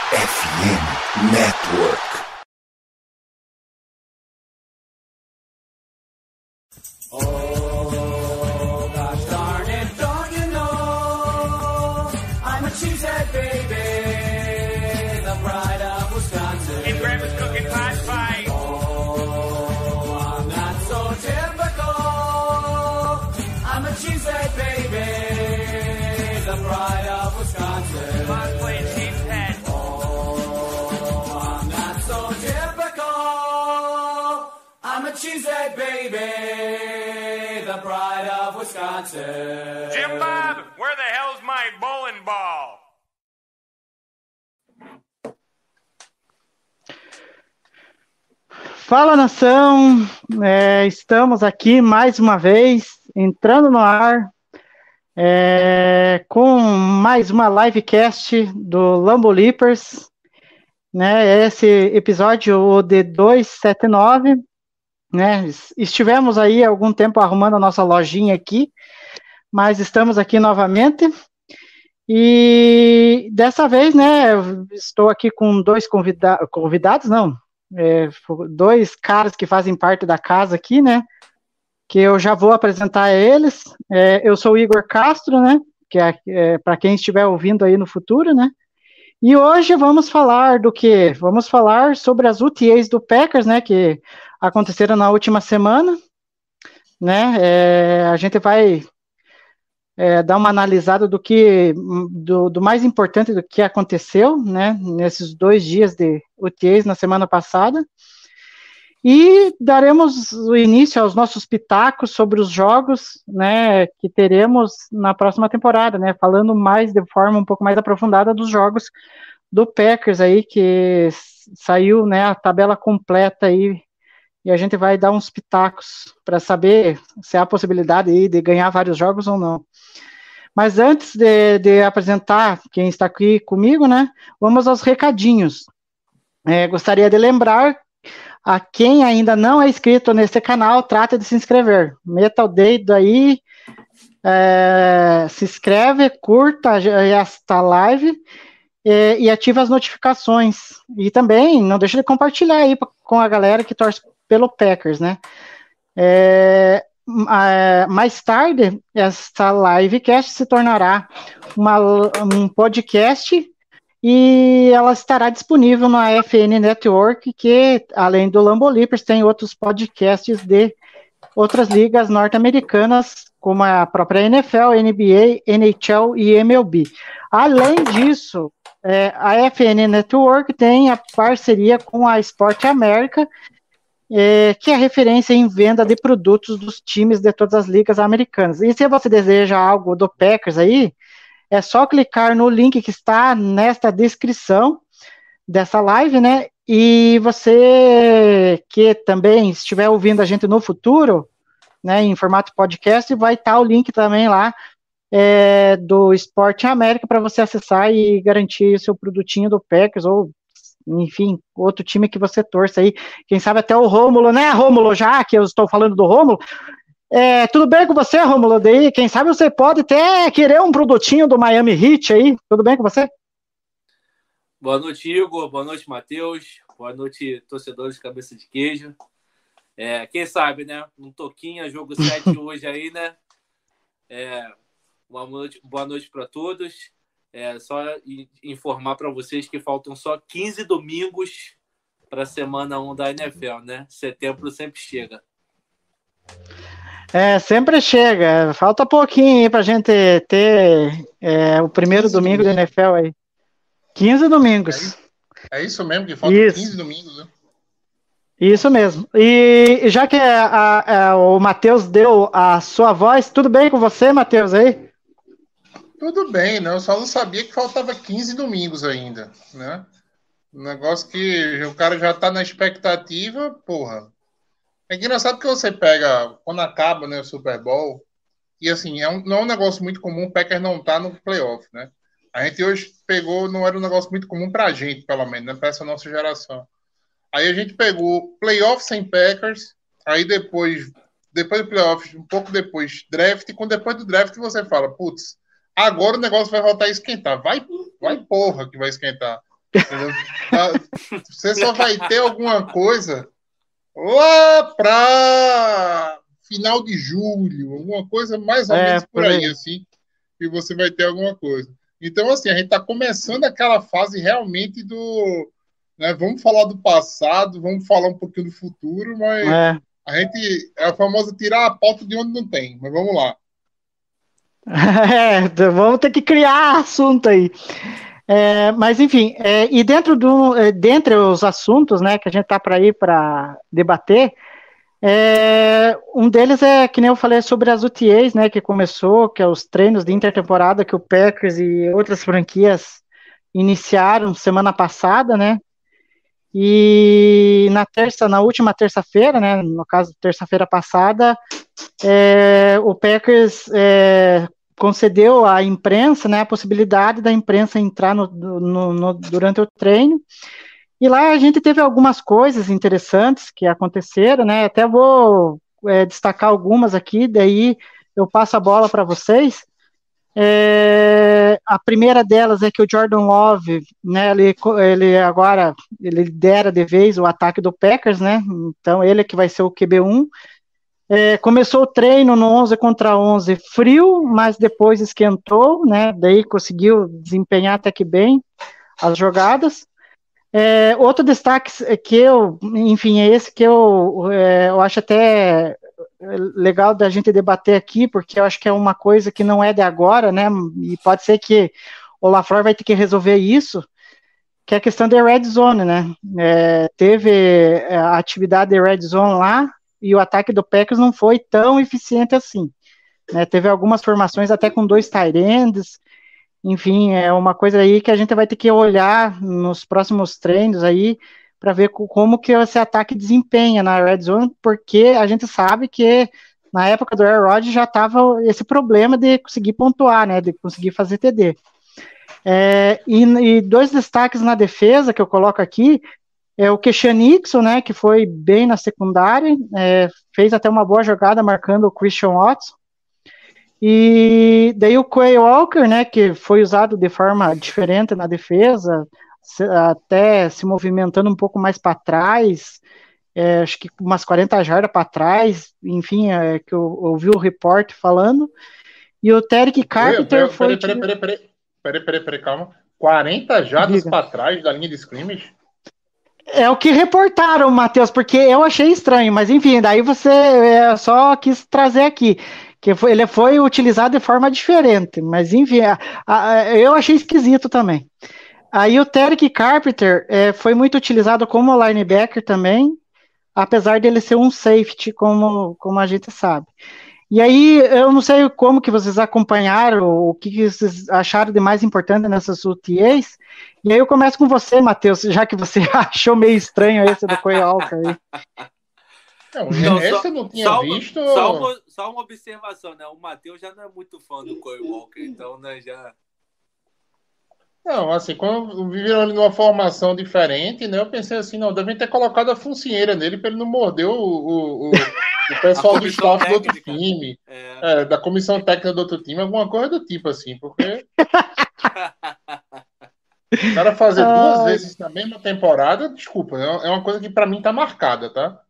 FM Network. Oh, gosh darn it, don't you know? I'm a cheesehead baby, the pride of Wisconsin. And Grandma's cooking pot pie. Oh, I'm not so typical. I'm a cheesehead baby, the pride of Wisconsin. Mom's playing cheesehead. Oh, I'm not so typical. I'm a cheesehead baby, the pride of Wisconsin. Jim Bob, where the hell's my bowling ball? Fala, nação! Estamos aqui mais uma vez, entrando no ar, com mais uma livecast do Lambo Leapers, né? Esse episódio, o D279, né? Estivemos aí há algum tempo arrumando a nossa lojinha aqui, mas estamos aqui novamente. E dessa vez, né, eu estou aqui com dois convidados, não, dois caras que fazem parte da casa aqui, né, que eu já vou apresentar eles. Eu sou o Igor Castro, né, que para quem estiver ouvindo aí no futuro, né, e hoje vamos falar do quê? Vamos falar sobre as OTAs do Packers, né, que aconteceram na última semana, né, a gente vai dar uma analisada do mais importante do que aconteceu, né, nesses 2 dias de OTAs na semana passada, e daremos o início aos nossos pitacos sobre os jogos, né, que teremos na próxima temporada, né, falando mais de forma um pouco mais aprofundada dos jogos do Packers aí, que saiu, né, a tabela completa aí, e a gente vai dar uns pitacos para saber se há a possibilidade aí de ganhar vários jogos ou não. Mas antes de apresentar quem está aqui comigo, né, vamos aos recadinhos. Gostaria de lembrar a quem ainda não é inscrito nesse canal, trata de se inscrever. Meta o dedo aí, se inscreve, curta esta live e ativa as notificações. E também não deixa de compartilhar aí com a galera que torce pelo Packers, né? Mais tarde, esta livecast se tornará um podcast e ela estará disponível na FN Network, que, além do Lambo Leapers, tem outros podcasts de outras ligas norte-americanas, como a própria NFL, NBA, NHL e MLB. Além disso, a FN Network tem a parceria com a Sport América, que é referência em venda de produtos dos times de todas as ligas americanas. E se você deseja algo do Packers aí, é só clicar no link que está nesta descrição dessa live, né? E você que também estiver ouvindo a gente no futuro, né, em formato podcast, vai estar o link também lá do Sport América para você acessar e garantir o seu produtinho do Packers ou enfim, outro time que você torça aí, quem sabe até o Rômulo, né, Rômulo, já que eu estou falando do Rômulo, tudo bem com você, Rômulo? Daí, quem sabe você pode até querer um produtinho do Miami Heat aí, tudo bem com você? Boa noite, Igor, boa noite, Matheus, boa noite, torcedores de cabeça de queijo, quem sabe, né, um toquinho, jogo 7 hoje aí, né, boa noite para todos. Só informar para vocês que faltam só 15 domingos para a semana 1 da NFL, né? Setembro sempre chega. Sempre chega. Falta pouquinho aí para a gente ter o primeiro domingo da NFL aí. 15 domingos. É isso mesmo, que faltam 15 domingos, né? Isso mesmo. E já que o Matheus deu a sua voz, tudo bem com você, Matheus, aí? Tudo bem, né? Eu só não sabia que faltava 15 domingos ainda, né? Um negócio que o cara já tá na expectativa, porra. É engraçado que você pega, quando acaba, né, o Super Bowl, e assim, não é um negócio muito comum o Packers não tá no playoff, né? A gente hoje pegou, não era um negócio muito comum pra gente, pelo menos, né? Pra essa nossa geração. Aí a gente pegou playoff sem Packers, aí depois do playoff, um pouco depois, draft, e quando depois do draft você fala, putz, agora o negócio vai voltar a esquentar. Vai porra que vai esquentar. Entendeu? Você só vai ter alguma coisa lá para final de julho, alguma coisa mais ou menos por aí, assim, que você vai ter alguma coisa. Então, assim, a gente está começando aquela fase realmente do... Né, vamos falar do passado, vamos falar um pouquinho do futuro, mas a gente... É a famosa tirar a pauta de onde não tem, mas vamos lá. Vamos ter que criar assunto aí. Mas, enfim, e dentre os assuntos, né, que a gente está para ir para debater, um deles é, que nem eu falei, sobre as UTAs, né, que começou, que é os treinos de intertemporada que o Packers e outras franquias iniciaram semana passada, né, e na última terça-feira, né, no caso, terça-feira passada, o Packers concedeu à imprensa, né, a possibilidade da imprensa entrar durante o treino. E lá a gente teve algumas coisas interessantes que aconteceram, né? Até vou destacar algumas aqui, daí eu passo a bola para vocês. A primeira delas é que o Jordan Love, né, ele agora ele lidera de vez o ataque do Packers, né? Então ele é que vai ser o QB1. Começou o treino no 11 contra 11 frio, mas depois esquentou, né? Daí conseguiu desempenhar até que bem as jogadas. Outro destaque que enfim, é esse que eu acho até legal da gente debater aqui, porque eu acho que é uma coisa que não é de agora, né? E pode ser que o LaFleur vai ter que resolver isso, que é a questão da Red Zone, né? Teve a atividade de Red Zone lá, e o ataque do Packers não foi tão eficiente assim, né? Teve algumas formações até com 2 tight ends, enfim, é uma coisa aí que a gente vai ter que olhar nos próximos treinos aí, para ver como que esse ataque desempenha na Red Zone, porque a gente sabe que na época do Aaron Rodgers já estava esse problema de conseguir pontuar, né, de conseguir fazer TD. E 2 destaques na defesa que eu coloco aqui, o Keisean Nixon, né, que foi bem na secundária, fez até uma boa jogada marcando o Christian Watson. E daí o Quay Walker, né, que foi usado de forma diferente na defesa, até se movimentando um pouco mais para trás, acho que umas 40 jardas para trás, enfim, que eu ouvi o repórter falando. E o Derek Carpenter foi... Peraí, calma. 40 jardas para trás da linha de scrimmage? É o que reportaram, Matheus, porque eu achei estranho, mas enfim, daí você só quis trazer aqui, que ele foi utilizado de forma diferente, mas enfim, eu achei esquisito também. Aí o Derek Carpenter foi muito utilizado como linebacker também, apesar dele ser um safety, como a gente sabe. E aí, eu não sei como que vocês acompanharam, o que vocês acharam de mais importante nessas UTAs, e aí eu começo com você, Matheus, já que você achou meio estranho esse do Quay Walker aí. Não, esse eu não tinha visto. Só uma observação, né? O Matheus já não é muito fã do Quay Walker, então, né, já... Não, assim, quando viram ele numa formação diferente, né, eu pensei assim, não, devem ter colocado a focinheira nele para ele não morder o pessoal do staff do outro time, da comissão técnica do outro time, alguma coisa do tipo, assim, porque o cara fazer 2 vezes na mesma temporada, desculpa, é uma coisa que para mim tá marcada, tá?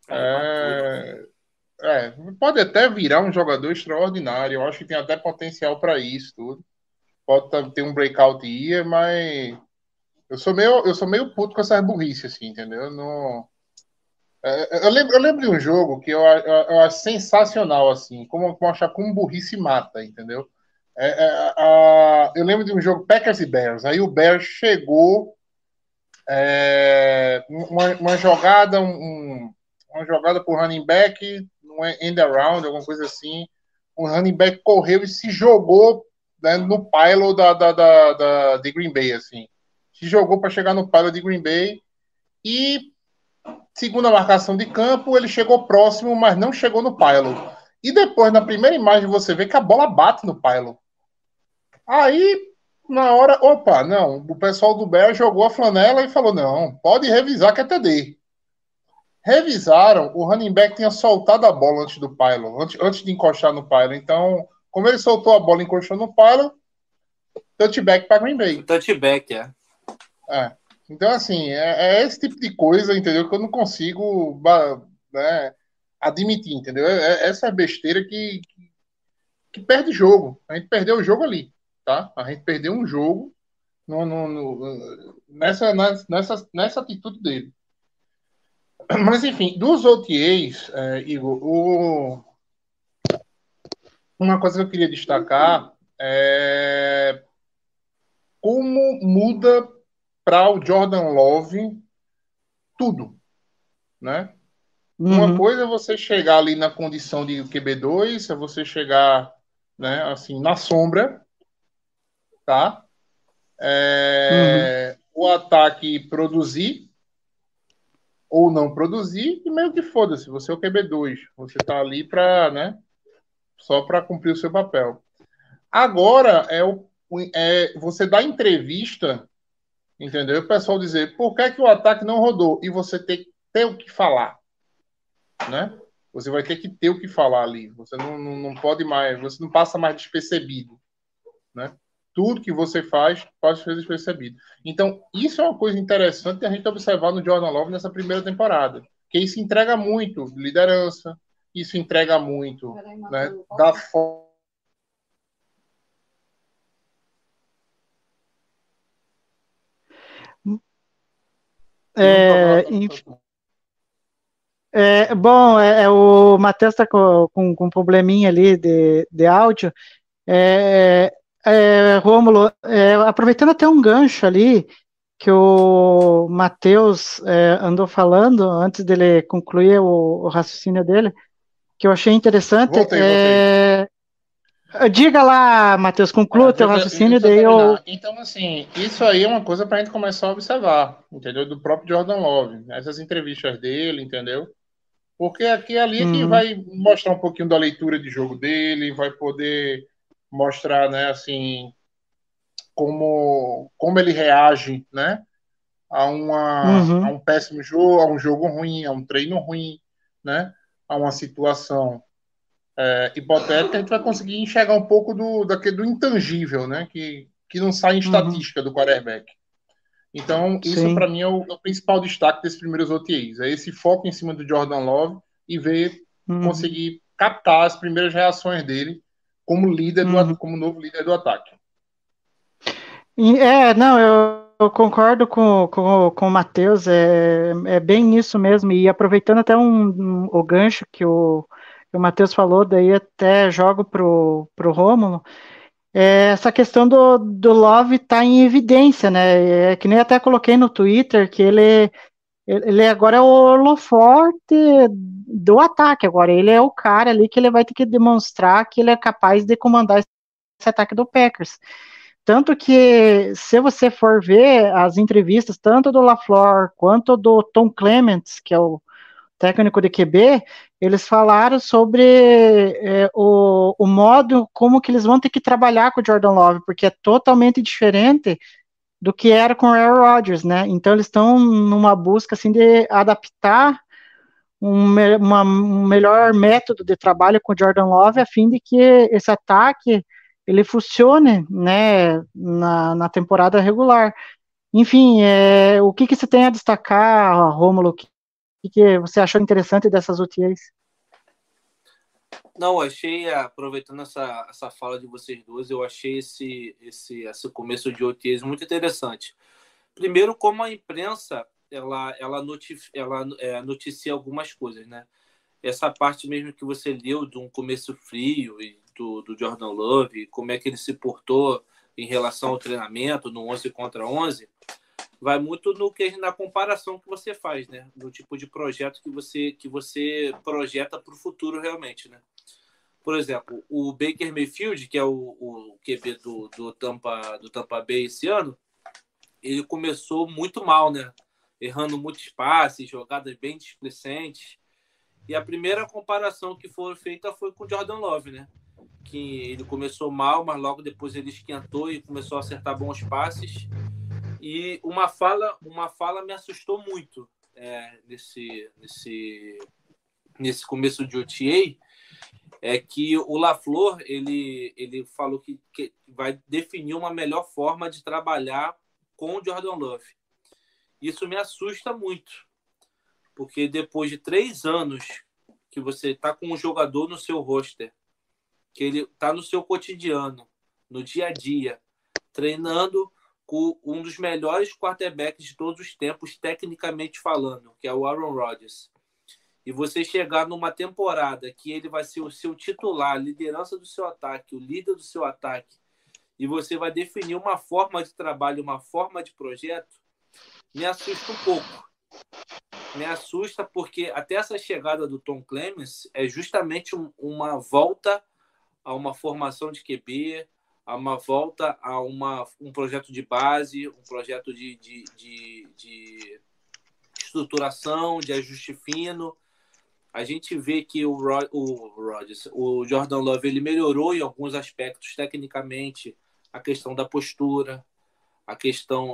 Pode até virar um jogador extraordinário, eu acho que tem até potencial para isso, tudo. Pode ter um breakout year, mas eu sou meio puto com essas burrices, assim, entendeu? Eu lembro de um jogo que eu acho sensacional, assim, como burrice mata, entendeu? Eu lembro de um jogo Packers e Bears, aí o Bears chegou uma jogada por running back, um end around, alguma coisa assim, o running back correu e se jogou, né, no pylon de Green Bay, assim. Se jogou para chegar no pylon de Green Bay e, segundo a marcação de campo, ele chegou próximo, mas não chegou no pylon. E depois, na primeira imagem, você vê que a bola bate no pylon. Aí, na hora, não, o pessoal do Bears jogou a flanela e falou, não, pode revisar que é TD. Revisaram, o running back tinha soltado a bola antes do pylon, antes de encostar no pylon, então... Como ele soltou a bola e encostou no pylon, touchback para Green Bay. Touchback, É. Então, assim, é esse tipo de coisa, entendeu? Que eu não consigo, né, admitir, entendeu? Essa é besteira que perde jogo. A gente perdeu o jogo ali, tá? A gente perdeu um jogo nessa atitude dele. Mas, enfim, dos OTAs, Igor, uma coisa que eu queria destacar é como muda para o Jordan Love tudo, né? Uma Uhum, coisa é você chegar ali na condição de QB2, é você chegar, né, assim, na sombra, tá? uhum. O ataque produzir ou não produzir, e meio que foda-se, você é o QB2, você tá ali para, né, só para cumprir o seu papel. Agora você dá entrevista, entendeu? O pessoal dizer por que, que o ataque não rodou e você ter o que falar, né? Você vai ter que ter o que falar ali. Você não pode mais, você não passa mais despercebido, né? Tudo que você faz pode ser despercebido. Então, isso é uma coisa interessante a gente observar no Jordan Love nessa primeira temporada. Que isso entrega muito liderança, isso entrega muito, né, da forma. Teve um problema É, técnico. bom, o Matheus está com um probleminha ali de áudio. É, Rômulo, aproveitando até um gancho ali que o Matheus andou falando antes dele concluir o raciocínio dele, que eu achei interessante. Voltei. Diga lá, Matheus, conclua o teu raciocínio, Deixa eu daí eu. terminar. Então, assim, isso aí é uma coisa para a gente começar a observar, entendeu? Do próprio Jordan Love, essas entrevistas dele, entendeu? Porque aqui ali é que Uhum, vai mostrar um pouquinho da leitura de jogo dele, vai poder mostrar, né, assim, como ele reage, né, a uhum, um péssimo jogo, a um jogo ruim, a um treino ruim, né, a uma situação hipotética. A gente vai conseguir enxergar um pouco do intangível, né, que não sai em uhum, estatística do quarterback. Então, isso para sim. mim é o principal destaque desses primeiros OTAs. É esse foco em cima do Jordan Love e ver, Uhum, conseguir captar as primeiras reações dele como uhum. como novo líder do ataque. Não, eu concordo com o Matheus, é bem nisso mesmo, e aproveitando até o gancho que o Matheus falou, daí até jogo pro Rômulo, essa questão do Love tá em evidência, né? É que nem até coloquei no Twitter que ele agora é o holoforte do ataque agora, ele é o cara ali que ele vai ter que demonstrar que ele é capaz de comandar esse ataque do Packers. Tanto que, se você for ver as entrevistas, tanto do LaFleur quanto do Tom Clements, que é o técnico de QB, eles falaram sobre o modo como que eles vão ter que trabalhar com o Jordan Love, porque é totalmente diferente do que era com o Aaron Rodgers, né? Então eles estão numa busca assim de adaptar um melhor método de trabalho com o Jordan Love a fim de que esse ataque ele funcione, né, na temporada regular. Enfim, o que você tem a destacar, Rômulo? O que você achou interessante dessas OTAs? Não, achei, aproveitando essa fala de vocês dois, eu achei esse começo de OTAs muito interessante. Primeiro, como a imprensa ela noticia algumas coisas, né? Essa parte mesmo que você leu de um começo frio e do Jordan Love, como é que ele se portou em relação ao treinamento no 11 contra 11, vai muito na comparação que você faz, né? No tipo de projeto que você projeta para o futuro realmente, né? Por exemplo, o Baker Mayfield, que é o QB do Tampa Bay esse ano, ele começou muito mal, né? Errando muitos passes, jogadas bem displicentes. E a primeira comparação que foi feita foi com o Jordan Love, né? Que ele começou mal, mas logo depois ele esquentou e começou a acertar bons passes. E uma fala me assustou muito nesse começo de OTA, é que o LaFleur ele falou que vai definir uma melhor forma de trabalhar com o Jordan Love. Isso me assusta muito, porque depois de 3 anos que você está com um jogador no seu roster, que ele está no seu cotidiano, no dia a dia, treinando com um dos melhores quarterbacks de todos os tempos, tecnicamente falando, que é o Aaron Rodgers, e você chegar numa temporada que ele vai ser o seu titular, a liderança do seu ataque, o líder do seu ataque, e você vai definir uma forma de trabalho, uma forma de projeto, me assusta um pouco. Me assusta porque até essa chegada do Tom Clements é justamente uma volta a uma formação de QB, a uma volta a um projeto de base, um projeto de estruturação, de ajuste fino. A gente vê que o Jordan Love, ele melhorou em alguns aspectos tecnicamente, a questão da postura, a questão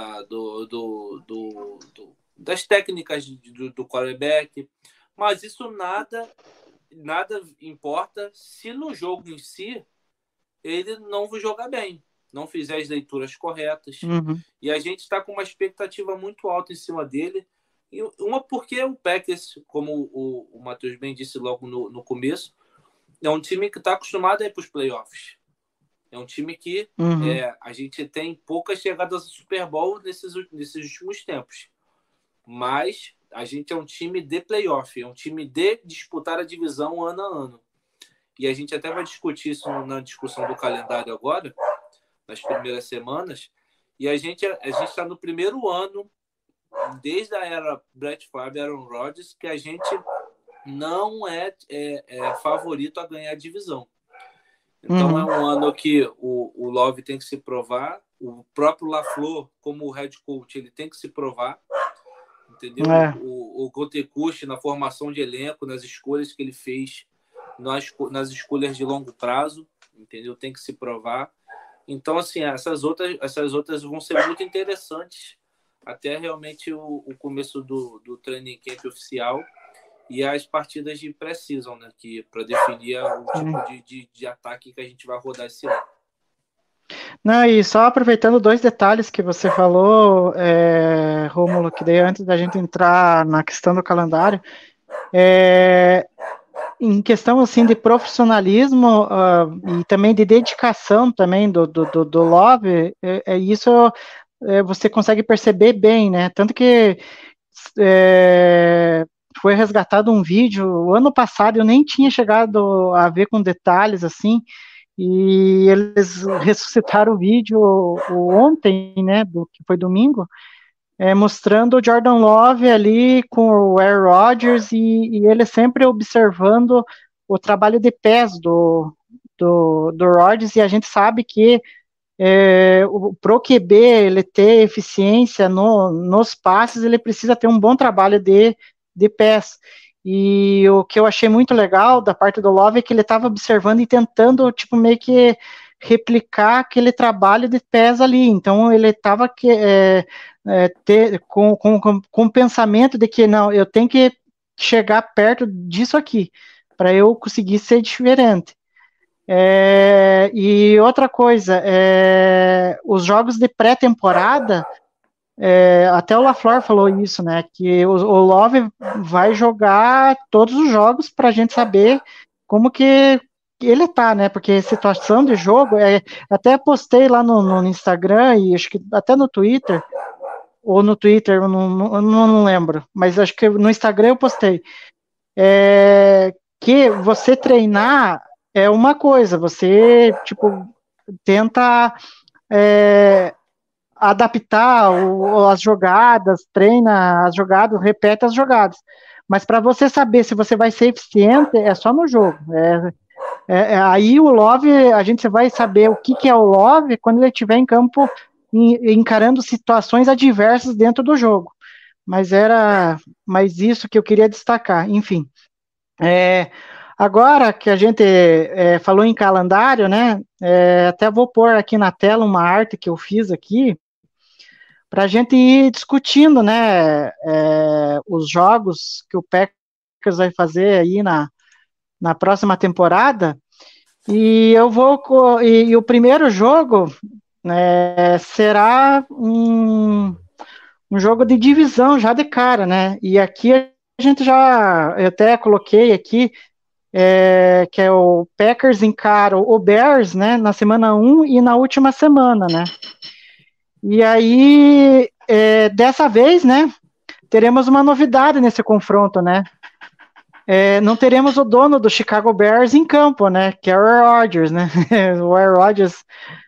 das técnicas do quarterback, mas isso nada importa se no jogo em si ele não jogar bem, não fizer as leituras corretas. E a gente está com uma expectativa muito alta em cima dele. E uma porque o Packers, como o Matheus bem disse logo no começo, é um time que está acostumado a ir para os playoffs. É um time que a gente tem poucas chegadas ao Super Bowl nesses últimos tempos. Mas a gente é um time de playoff, é um time de disputar a divisão ano a ano. E a gente até vai discutir isso na discussão do calendário agora, nas primeiras semanas. E a gente está no primeiro ano, desde a era Brett Favre e Aaron Rodgers, que a gente não é favorito a ganhar a divisão. Então é um ano que o Love tem que se provar, o próprio LaFleur, como head coach, ele tem que se provar, entendeu? O Gutekunst, na formação de elenco, nas escolhas que ele fez, nas escolhas de longo prazo, entendeu? Tem que se provar. Então, assim, essas outras vão ser muito interessantes até realmente o começo do training camp oficial e as partidas de pré-season, né? Que para definir o tipo de ataque que a gente vai rodar esse ano. Não, e só aproveitando 2 detalhes que você falou, Rômulo, que daí antes da gente entrar na questão do calendário, em questão assim de profissionalismo e também de dedicação também do Love, isso você consegue perceber bem, né? Tanto que foi resgatado um vídeo ano passado, eu nem tinha chegado a ver com detalhes assim, e eles ressuscitaram o vídeo ontem, né, que foi domingo, mostrando o Jordan Love ali com o Aaron Rodgers e ele sempre observando o trabalho de pés do Rodgers, e a gente sabe que pro QB ele ter eficiência nos passes, ele precisa ter um bom trabalho de pés. E o que eu achei muito legal da parte do Love é que ele estava observando e tentando, tipo, meio que replicar aquele trabalho de pés ali. Então ele estava com o pensamento de que não, eu tenho que chegar perto disso aqui para eu conseguir ser diferente. E outra coisa, os jogos de pré-temporada, até o LaFleur falou isso, né, que o Love vai jogar todos os jogos para a gente saber como que ele tá, né, porque situação de jogo, até postei lá no Instagram e acho que até no Twitter, ou no Twitter, eu não lembro, mas acho que no Instagram eu postei, que você treinar é uma coisa, você, tipo, tenta adaptar as jogadas, treina as jogadas, repete as jogadas, mas para você saber se você vai ser eficiente, é só no jogo. Aí o Love, a gente vai saber o que é o Love quando ele estiver em campo encarando situações adversas dentro do jogo. Mas isso que eu queria destacar. Enfim, agora que a gente falou em calendário, né, até vou pôr aqui na tela uma arte que eu fiz aqui, para a gente ir discutindo, né, os jogos que o Packers vai fazer aí na próxima temporada, e o primeiro jogo será um um jogo de divisão já de cara, né? E aqui a gente já, eu até coloquei aqui, que é o Packers encara o Bears, né, na semana 1 e na última semana, né? E aí, dessa vez, né, teremos uma novidade nesse confronto, né? Não teremos o dono do Chicago Bears em campo, né? Que é o Aaron Rodgers, né? O Aaron Rodgers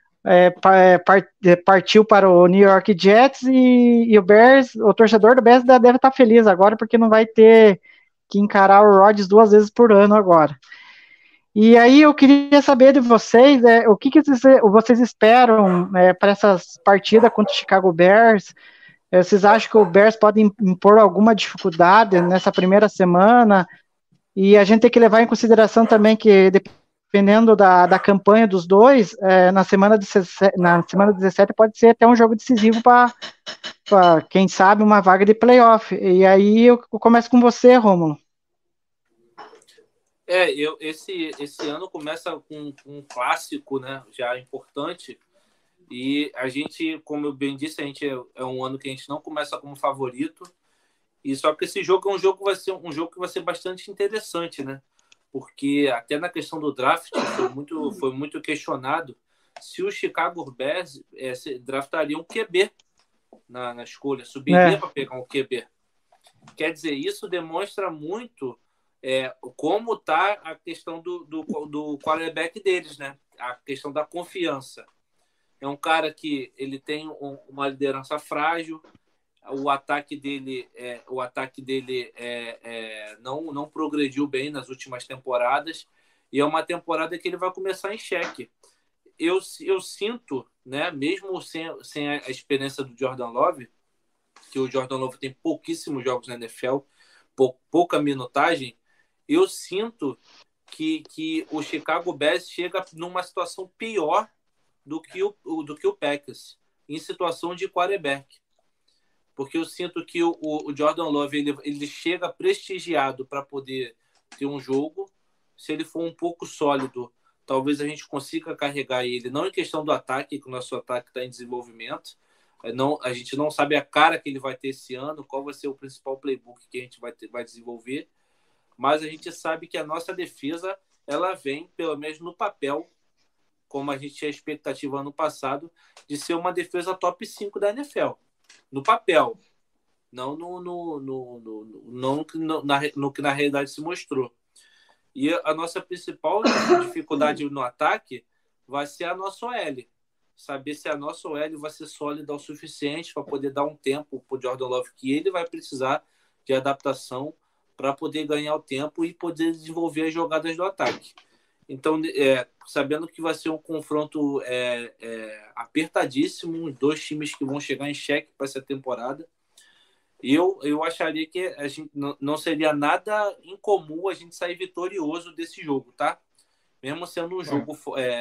partiu para o New York Jets e o Bears, o torcedor do Bears deve estar feliz agora porque não vai ter que encarar o Rodgers 2 vezes por ano agora. E aí eu queria saber de vocês, o que vocês esperam para essas partidas contra o Chicago Bears? Vocês acham que o Bears pode impor alguma dificuldade nessa primeira semana? E a gente tem que levar em consideração também que, dependendo da campanha dos dois, na semana 17 pode ser até um jogo decisivo para, quem sabe, uma vaga de playoff. E aí eu começo com você, Rômulo. Esse ano começa com um clássico, né, já importante. E a gente, como eu bem disse, é um ano que a gente não começa como favorito. E só que esse jogo vai ser um jogo que vai ser bastante interessante, né? Porque até na questão do draft foi muito questionado se o Chicago Bears draftaria um QB na escolha, subiria para pegar um QB. Quer dizer, isso demonstra muito como está a questão do quarterback deles, né? A questão da confiança. É um cara que ele tem uma liderança frágil. O ataque dele não progrediu bem nas últimas temporadas e é uma temporada que ele vai começar em xeque. Eu sinto, né, mesmo sem a experiência do Jordan Love, que o Jordan Love tem pouquíssimos jogos na NFL, pouca minutagem, eu sinto que o Chicago Bears chega numa situação pior do que o Packers, em situação de quarterback. Porque eu sinto que o Jordan Love ele chega prestigiado para poder ter um jogo. Se ele for um pouco sólido, talvez a gente consiga carregar ele. Não em questão do ataque, que o nosso ataque está em desenvolvimento. A gente não sabe a cara que ele vai ter esse ano, qual vai ser o principal playbook que a gente vai desenvolver. Mas a gente sabe que a nossa defesa ela vem, pelo menos no papel, como a gente tinha expectativa ano passado, de ser uma defesa top 5 da NFL. No papel, não no que na realidade se mostrou. E a nossa principal dificuldade no ataque vai ser a nossa OL. Saber se a nossa OL vai ser sólida o suficiente para poder dar um tempo para o Jordan Love, que ele vai precisar de adaptação para poder ganhar o tempo e poder desenvolver as jogadas do ataque. Então, sabendo que vai ser um confronto apertadíssimo, dois times que vão chegar em xeque para essa temporada, eu acharia que a gente não seria nada incomum a gente sair vitorioso desse jogo, tá? Mesmo sendo um jogo,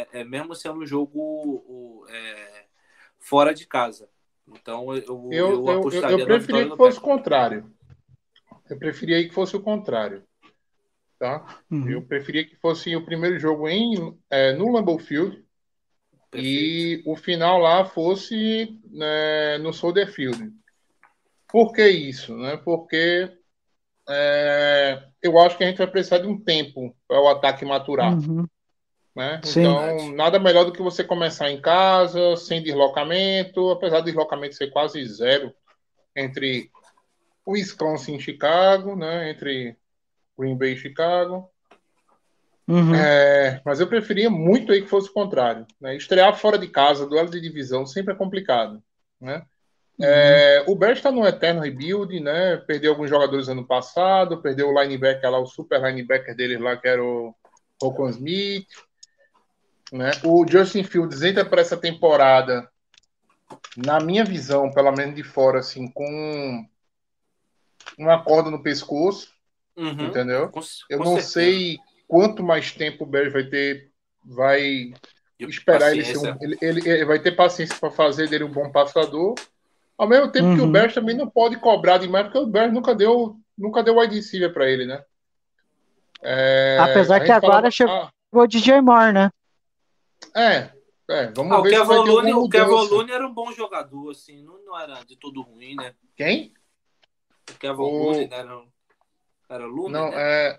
fora de casa. Então, eu apostaria eu preferia que fosse o contrário. Eu preferia que fosse o contrário. Tá? Uhum. Eu preferia que fosse o primeiro jogo no Lambeau Field. Perfeito. E o final lá fosse no Soldier Field. Por que isso? Né? Porque eu acho que a gente vai precisar de um tempo para o ataque maturar. Uhum. Né? Sim. Então, nada melhor do que você começar em casa, sem deslocamento, apesar do deslocamento ser quase zero entre o Wisconsin e Chicago, né? Entre Green Bay e Chicago. Uhum. Mas eu preferia muito aí que fosse o contrário. Né? Estrear fora de casa, duelo de divisão, sempre é complicado. Né? O Bears está no eterno rebuild, né? Perdeu alguns jogadores ano passado, perdeu o linebacker lá, o super linebacker deles lá, que era o Roquan Smith. Né? O Justin Fields entra para essa temporada, na minha visão, pelo menos de fora, assim, com uma corda no pescoço. Uhum. Entendeu? Com eu não certeza. sei quanto mais tempo o Bears vai esperar ele ser ele vai ter paciência para fazer dele um bom passador. Ao mesmo tempo que o Bears também não pode cobrar demais, porque o Bears nunca deu wide receiver para ele, né? Apesar que agora chegou o DJ Moore, né? Vamos O ver se vai Kevin ter Looney, alguma o Kevin mudança. Looney era um bom jogador, assim, não era de todo ruim, né? Quem? O Kevin Looney era Looney, Não, né?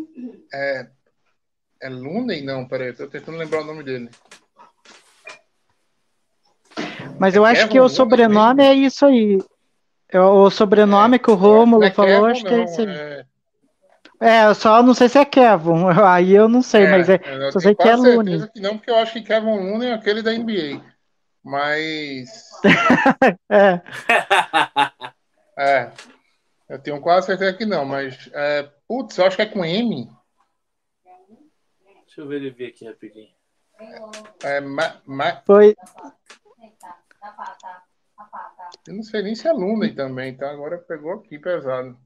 é Looney? Não, peraí, tô tentando lembrar o nome dele. Mas eu acho Kevin que o Looney sobrenome mesmo? é isso aí. O sobrenome que o Não Rômulo é falou, Kevin, acho que é não. isso aí. Eu só não sei se é Kevin, aí eu não sei, mas Eu só tenho sei que é quase Looney. certeza que não, porque eu acho que Kevin Looney é aquele da NBA. Mas. É, É, eu tenho quase certeza que não, mas. Putz, eu acho que é com M. Deixa eu ver aqui rapidinho. foi. Eu não sei nem se é Looney também, tá? Agora pegou aqui pesado.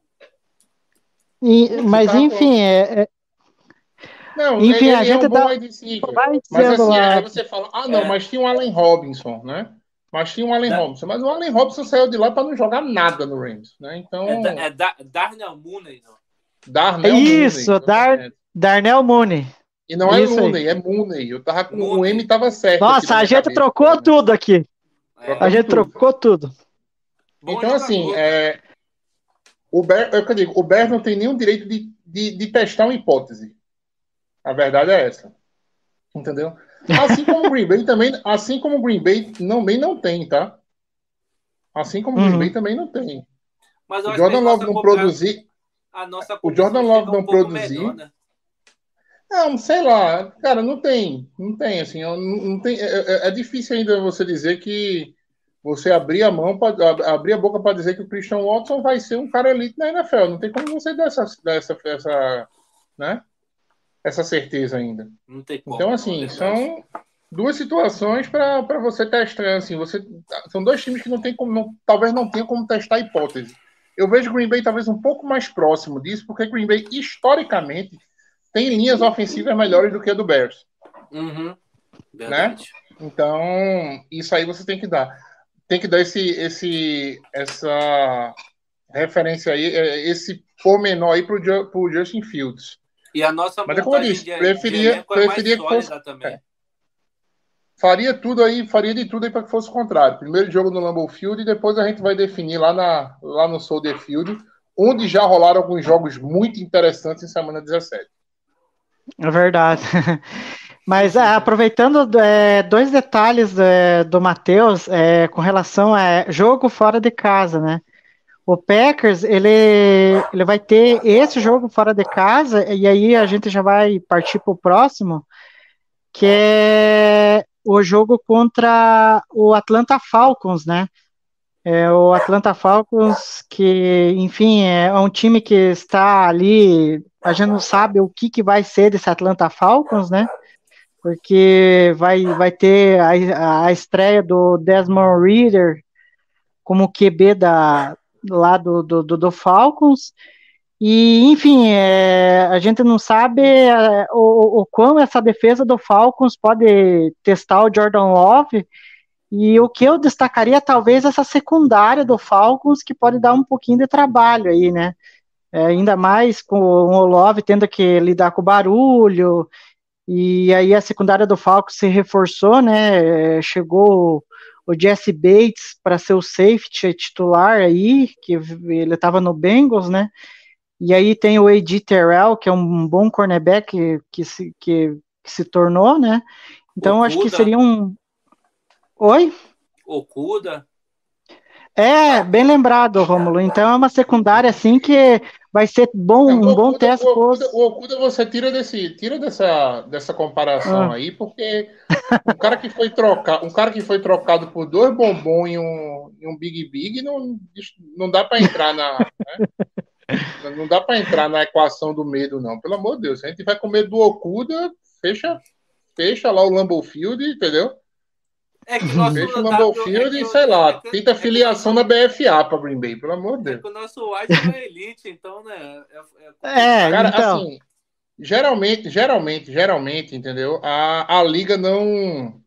Putz, eu Mas tava enfim, falando. Não, enfim, a ele é gente um bom wide receiver. vai Mas dizendo assim, lá. aí você fala, não, mas tinha o Allen Robinson, né? Mas o Allen Robinson saiu de lá para não jogar nada no Rams, né? Então, Darnell Mooney, não. Darnell Isso, Mooney. Exatamente. Darnell Mooney. E não é Isso aí. Looney, é Mooney. Eu tava com Mooney. o M tava certo. Nossa, a gente trocou tudo aqui. A gente trocou tudo. Então, assim, o Bears não tem nenhum direito de testar uma hipótese. A verdade é essa. Entendeu? Assim como o Green Bay também, também não tem, tá? Assim como o Green Bay também não tem. Mas o Jordan Love não produzir. A nossa o Jordan Love não produzir. Melhor, né? Não, sei lá, cara, não tem, assim, não tem, é difícil ainda você dizer que você abrir a boca para dizer que o Christian Watson vai ser um cara elite na NFL, não tem como você dar essa certeza ainda. Não tem como. Então, assim, são duas situações para você testar, assim, são dois times que talvez não tenha como testar a hipótese. Eu vejo o Green Bay talvez um pouco mais próximo disso, porque Green Bay, historicamente, tem linhas ofensivas melhores do que a do Bears. Verdade. Né? Então, isso aí você tem que dar. Tem que dar essa referência aí, esse pormenor aí pro Justin Fields. E a nossa Mas é como eu disse, preferia que fosse também. Faria de tudo aí para que fosse o contrário. Primeiro jogo no Lambeau Field e depois a gente vai definir lá no Soldier Field, onde já rolaram alguns jogos muito interessantes em semana 17. É verdade. Mas aproveitando dois detalhes do Matheus com relação a jogo fora de casa, né? O Packers, ele vai ter esse jogo fora de casa, e aí a gente já vai partir para o próximo, que é o jogo contra o Atlanta Falcons, né? O Atlanta Falcons, que, enfim, é um time que está ali, a gente não sabe o que vai ser desse Atlanta Falcons, né? Porque vai ter a estreia do Desmond Ridder como QB lá do Falcons, e, enfim, a gente não sabe o quão essa defesa do Falcons pode testar o Jordan Love, e o que eu destacaria talvez essa secundária do Falcons, que pode dar um pouquinho de trabalho aí, né? Ainda mais com o Love tendo que lidar com o barulho, e aí a secundária do Falcons se reforçou, né? Chegou o Jesse Bates para ser o safety titular aí, que ele estava no Bengals, né? E aí tem o A.J. Terrell, que é um bom cornerback que se tornou, né? Então Okuda. Acho que seria um... Oi? Okuda. Bem lembrado, Rômulo. Então é uma secundária assim que vai ser um bom teste. O Okuda você tira dessa comparação aí, porque um cara que foi trocado por dois bombons e um Big não dá para entrar não dá para entrar na equação do medo, não. Pelo amor de Deus, se a gente vai com medo do Okuda, fecha lá o Lambeau Field, entendeu? Fecha o Lambeau Field e, sei lá, tenta filiação na BFA para Green Bay, pelo amor de Deus. O nosso wide é elite, então, né? Cara, então... assim, geralmente, entendeu? A liga não...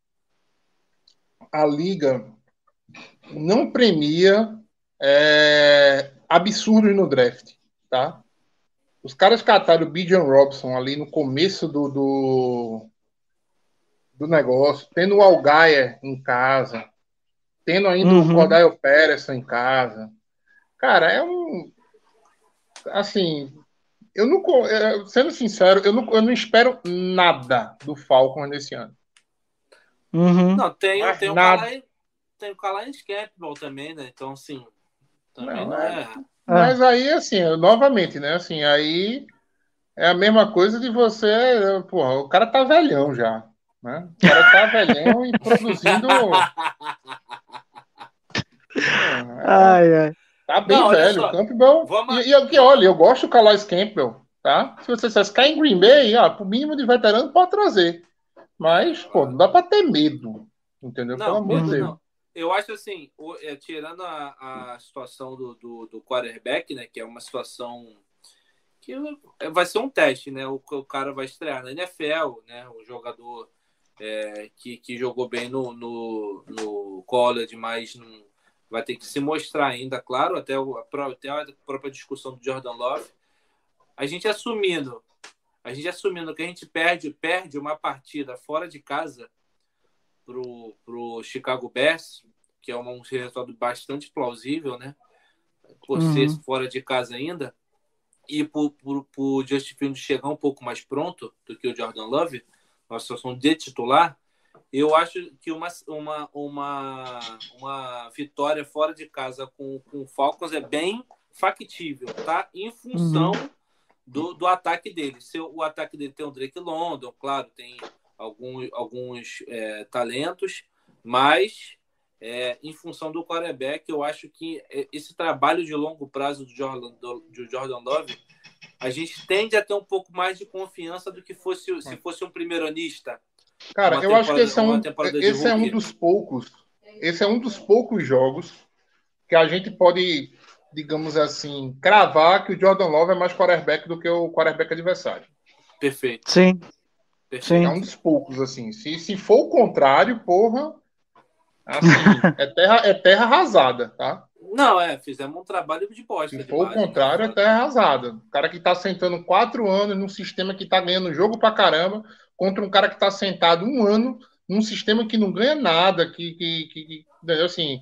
A liga não premia absurdos no draft, tá? Os caras cataram o Bijan Robson ali no começo do negócio, tendo o Allgaier em casa, tendo ainda o Uhum. Cordarrelle Patterson em casa. Cara, é um... Assim, sendo sincero, eu não espero nada do Falcons nesse ano. Uhum. Não, tem Mas o nada. Calais Campbell também, né? Então, assim, também Não, não é. Mas aí, assim, novamente, né? Assim, aí é a mesma coisa de você... Porra, o cara tá velhão já, né? O cara tá velhão e produzindo... Ai, ai. Tá bem Não, olha velho. só. O Campbell... Vamos- E aqui, olha, eu gosto do Calais Campbell, tá? Se você dissesse, cai em Green Bay, pro mínimo de veterano pode trazer. Mas, pô, não dá pra ter medo, entendeu? Pelo Não, amor de medo Deus. não. Eu acho assim, tirando a situação do quarterback, né? Que é uma situação que vai ser um teste, né? O cara vai estrear na NFL, né? O jogador que jogou bem no college, mas não, vai ter que se mostrar ainda, claro, até a própria discussão do Jordan Love. A gente assumindo que a gente perde uma partida fora de casa pro Chicago Bears, que é um resultado bastante plausível, né? Por ser fora de casa ainda, e por Justin Fields chegar um pouco mais pronto do que o Jordan Love, na situação de titular, eu acho que uma vitória fora de casa com o Falcons é bem factível, tá? Em função do ataque dele. O ataque dele tem o Drake London, claro, tem alguns talentos, mas em função do quarterback, eu acho que esse trabalho de longo prazo do Jordan Love, a gente tende a ter um pouco mais de confiança do que se fosse um primeironista. Cara, eu acho que esse é um dos poucos jogos que a gente pode, digamos assim, cravar que o Jordan Love é mais quarterback do que o quarterback adversário. Perfeito. Sim. Perfeito. Sim. É um dos poucos, assim. Se for o contrário, porra, assim, é terra arrasada, tá? Não, fizemos um trabalho de bosta. Se for o contrário, é terra arrasada. O cara que tá sentando 4 anos num sistema que tá ganhando jogo pra caramba, contra um cara que tá sentado 1 ano num sistema que não ganha nada, que assim,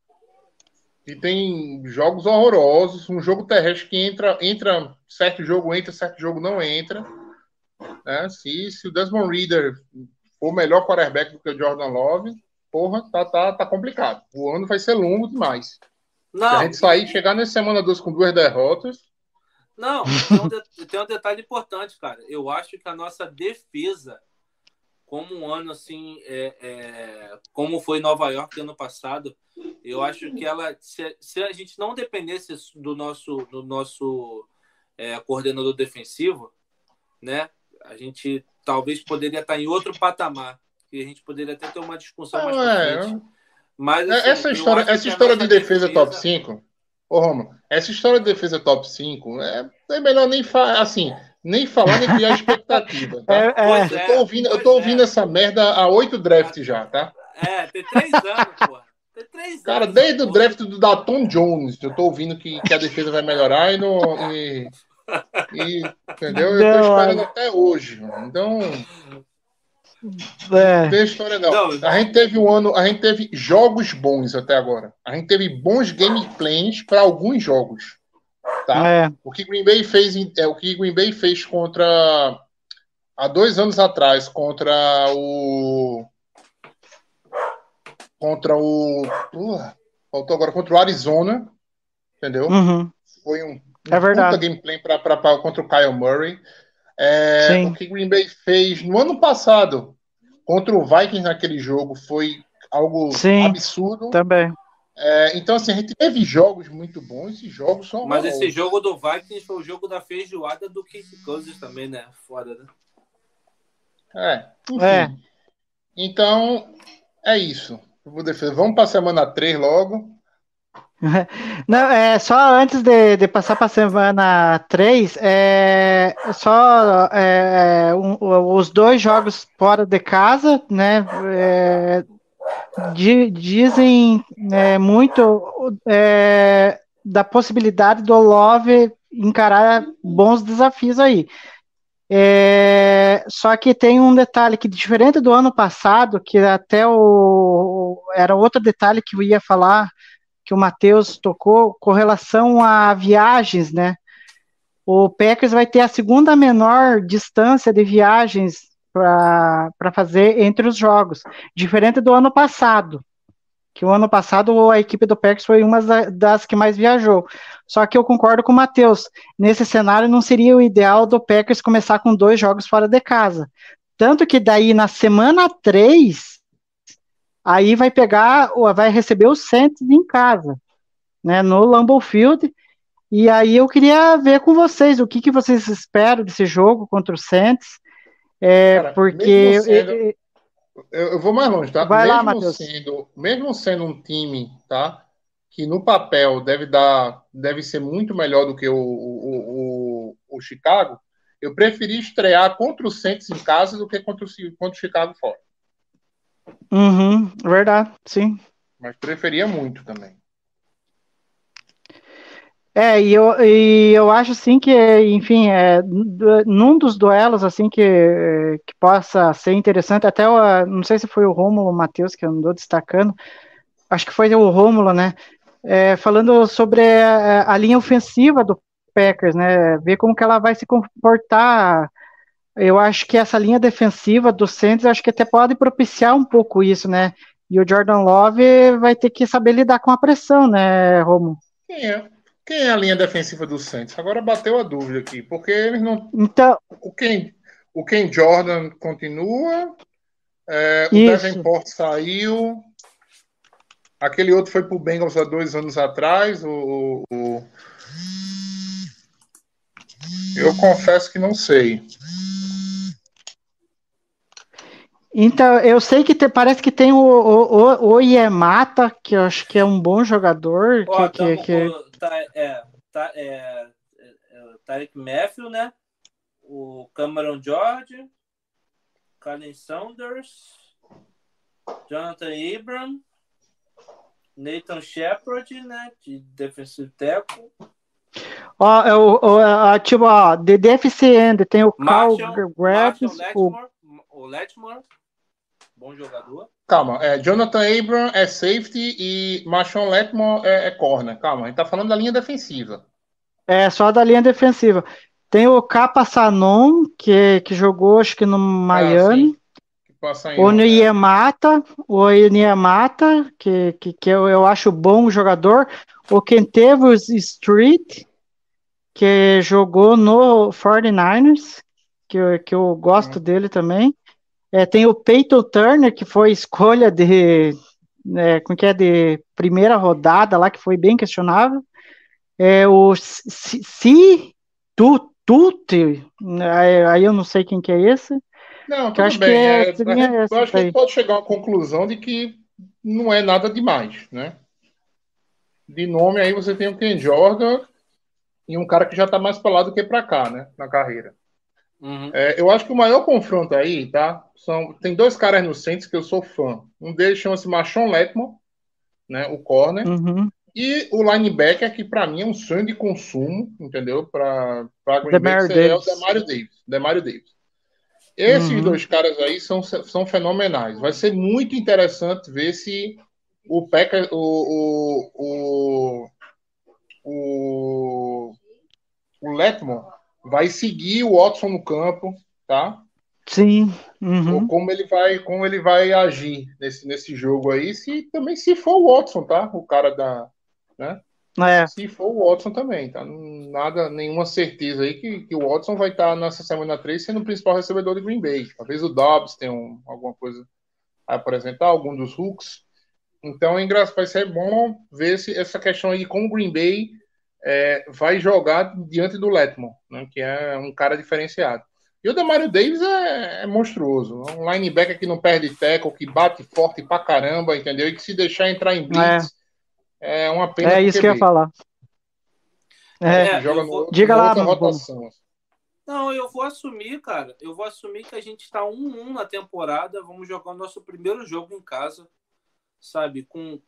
que tem jogos horrorosos, um jogo terrestre que entra certo jogo não entra. Né? Se o Desmond Ridder for melhor quarterback do que o Jordan Love, porra, tá complicado. O ano vai ser longo demais. Não, se a gente chegar nessa semana 2 com 2 derrotas. Não, tem um detalhe importante, cara. Eu acho que a nossa defesa, como um ano assim, como foi Nova York ano passado, eu acho que ela, se a gente não dependesse do nosso coordenador defensivo, né, a gente talvez poderia estar em outro patamar, e a gente poderia até ter uma discussão mais pra frente. Mas, assim, essa história de defesa top 5, ô Romo, essa história de defesa top 5 é melhor nem falar nem criar expectativa, tá? Eu tô ouvindo essa merda há 8 drafts já, tá? Tem 3 anos, porra. Tem 3 anos. Cara, desde o draft do Daton Jones, eu tô ouvindo que a defesa vai melhorar entendeu? Eu tô esperando até hoje, mano. Então... Não tem história, não. A gente teve jogos bons até agora. A gente teve bons gameplays para alguns jogos. Tá? O que Green Bay fez contra... Há 2 anos atrás, contra o Arizona. Entendeu? Foi um puta gameplay contra o Kyle Murray. O que Green Bay fez no ano passado contra o Vikings naquele jogo foi algo absurdo. Também. Então, assim, a gente teve jogos muito bons, esses jogos são Mas esse jogo do Vikings foi o jogo da feijoada do Kirk Cousins também, né? Foda, né? Enfim. Então, é isso. Vamos para a semana 3 logo. Não, só antes de passar para a semana 3, os 2 jogos fora de casa, né? Dizem muito da possibilidade do Love encarar bons desafios aí. Só que tem um detalhe que, diferente do ano passado, que até era outro detalhe que eu ia falar, que o Matheus tocou, com relação a viagens, né? O Packers vai ter a segunda menor distância de viagens para fazer entre os jogos, diferente do ano passado, que o ano passado a equipe do Packers foi uma das que mais viajou. Só que eu concordo com o Matheus, nesse cenário não seria o ideal do Packers começar com 2 jogos fora de casa. Tanto que daí na semana 3, aí vai receber o Saints em casa, né, no Lambeau Field. E aí eu queria ver com vocês o que vocês esperam desse jogo contra o Saints, Cara, porque eu vou mais longe, tá? vai lá, Matheus. Mesmo sendo um time, tá? Que no papel deve ser muito melhor do que o Chicago, eu preferi estrear contra o Saints em casa do que contra o Chicago fora. Verdade, sim. Mas preferia muito também. E eu acho assim que, enfim, num dos duelos assim que possa ser interessante, até não sei se foi o Rômulo ou o Matheus que andou destacando, acho que foi o Rômulo, né? Falando sobre a linha ofensiva do Packers, né? Ver como que ela vai se comportar. Eu acho que essa linha defensiva do Saints, acho que até pode propiciar um pouco isso, né? E o Jordan Love vai ter que saber lidar com a pressão, né, Rômulo? Quem é a linha defensiva do Saints? Agora bateu a dúvida aqui, porque eles não. Então, o Ken Jordan continua, o Davenport saiu, aquele outro foi pro Bengals há 2 anos atrás. Eu confesso que não sei. Então, eu sei que parece que tem o Iemata, que eu acho que é um bom jogador. Tarek Matthew, né? O Cameron George, Kalen Saunders, Jonathan Abram, Nathan Shepard, né? De defensive tackle. The DFCN, tem o Carl Grabs, o Letmore, bom jogador. Calma, Jonathan Abram é safety e Marshawn Letmore é corner. Calma, a gente tá falando da linha defensiva. Só da linha defensiva. Tem o Capa Sanon, que jogou, acho que no Miami. O Niemata, que eu acho bom jogador. O Kentavos Street, que jogou no 49ers, que eu gosto dele também. Tem o Peyton Turner, que foi escolha de primeira rodada lá, que foi bem questionável. O Tuti, aí eu não sei quem que é esse. Não, tudo bem. Eu acho que a gente pode chegar a uma conclusão de que não é nada demais, né? De nome aí você tem o Ken Jordan e um cara que já tá mais pra lá do que pra cá, né? Na carreira. Eu acho que o maior confronto aí, tá? Tem 2 caras no Saints que eu sou fã. Um deles chama-se Marshawn Letmore, né? O corner. E o linebacker, que pra mim é um sonho de consumo, entendeu? Pra Green Bay, é o Demario Davis. Esses 2 caras aí são fenomenais. Vai ser muito interessante ver se o Packers, o Letmore vai seguir o Watson no campo, tá? Sim. Ou como ele vai agir nesse jogo aí, se for o Watson, tá? O cara da, né? Se for o Watson também, tá? Nenhuma certeza aí que o Watson vai estar nessa semana 3 sendo o principal recebedor de Green Bay. Talvez o Dobbs tenha alguma coisa a apresentar, algum dos hooks. Então vai ser bom ver se essa questão aí com o Green Bay vai jogar diante do Letmore, né? Que é um cara diferenciado. E o Demario Davis é monstruoso. Um linebacker que não perde tackle, que bate forte pra caramba, entendeu? E que se deixar entrar em blitz é uma pena. É isso que eu ia falar. Diga lá, rotação. Não, eu vou assumir, cara. Eu vou assumir que a gente está 1-1 na temporada. Vamos jogar o nosso primeiro jogo em casa, sabe? Com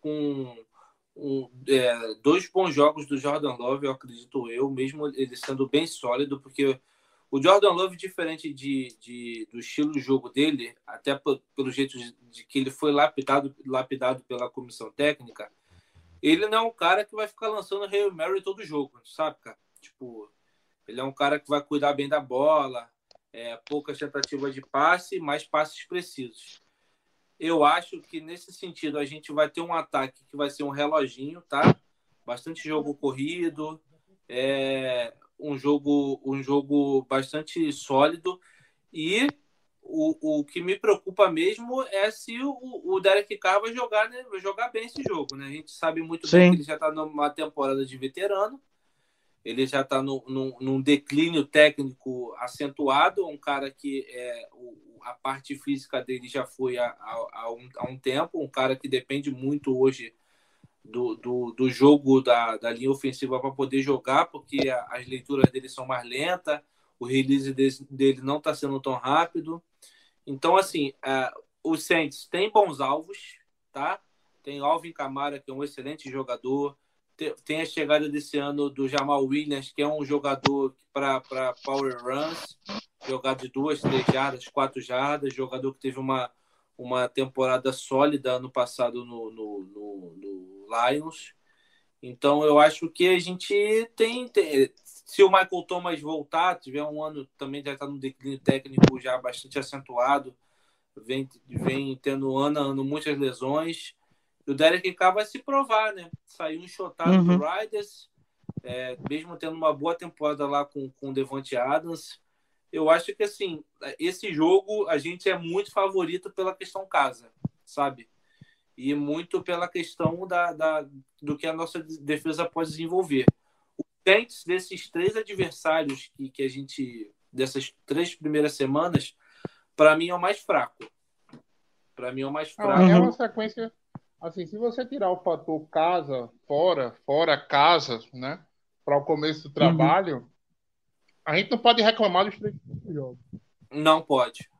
2 bons jogos do Jordan Love, eu acredito mesmo ele sendo bem sólido, porque O Jordan Love, diferente do estilo de jogo dele, até pelo jeito de que ele foi lapidado pela comissão técnica, ele não é um cara que vai ficar lançando Hail Mary todo jogo, sabe, cara? Tipo, ele é um cara que vai cuidar bem da bola, poucas tentativas de passe, mais passes precisos. Eu acho que, nesse sentido, a gente vai ter um ataque que vai ser um reloginho, tá? Bastante jogo corrido, um jogo bastante sólido. E o que me preocupa mesmo é se o Derek Carr vai jogar, né? Vai jogar bem esse jogo, né? A gente sabe muito bem que ele já está numa temporada de veterano. Ele já está num declínio técnico acentuado. Um cara que a parte física dele já foi há um tempo. Um cara que depende muito hoje do jogo da linha ofensiva para poder jogar, porque as leituras dele são mais lentas, o release dele não está sendo tão rápido. Então, assim, o Saints tem bons alvos, tá? Tem Alvin Kamara, que é um excelente jogador. Tem a chegada desse ano do Jamal Williams, que é um jogador para power runs, jogar de 2, 3 jardas, 4 jardas, jogador que teve uma temporada sólida ano passado no Lions. Então, eu acho que a gente tem se o Michael Thomas voltar, tiver um ano também, já está no declínio técnico já bastante acentuado, vem tendo ano a ano muitas lesões. O Derek Carr vai se provar, né? Saiu enxotado do Riders, mesmo tendo uma boa temporada lá com o Devontae Adams. Eu acho que, assim, esse jogo a gente é muito favorito pela questão casa, sabe? E muito pela questão do que a nossa defesa pode desenvolver. O Saints, desses 3 adversários que a gente... Dessas 3 primeiras semanas, para mim é o mais fraco. Para mim é o mais fraco. É uma sequência... Assim, se você tirar o fator casa, fora casa, né? Para o começo do trabalho, a gente não pode reclamar dos 3 jogos. Não pode.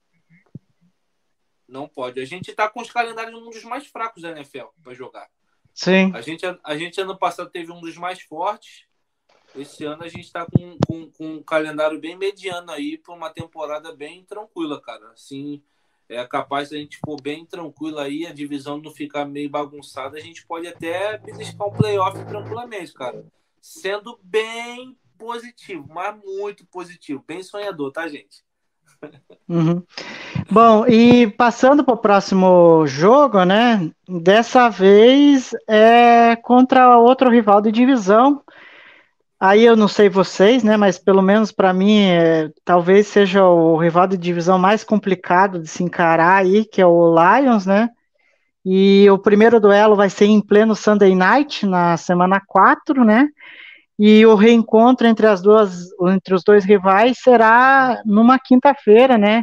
Não pode. A gente está com os calendários um dos mais fracos da NFL para jogar. Sim. A gente ano passado teve um dos mais fortes. Esse ano a gente está com um calendário bem mediano aí para uma temporada bem tranquila, cara. Assim, é capaz de a gente for bem tranquilo aí, a divisão não ficar meio bagunçada, a gente pode até beliscar um playoff tranquilamente, cara. Sendo bem positivo, mas muito positivo. Bem sonhador, tá, gente? Bom, e passando para o próximo jogo, né? Dessa vez é contra outro rival de divisão. Aí eu não sei vocês, né? Mas pelo menos para mim, talvez seja o rival de divisão mais complicado de se encarar aí, que é o Lions, né? E o primeiro duelo vai ser em pleno Sunday Night, na semana 4, né? E o reencontro entre os dois rivais será numa quinta-feira, né?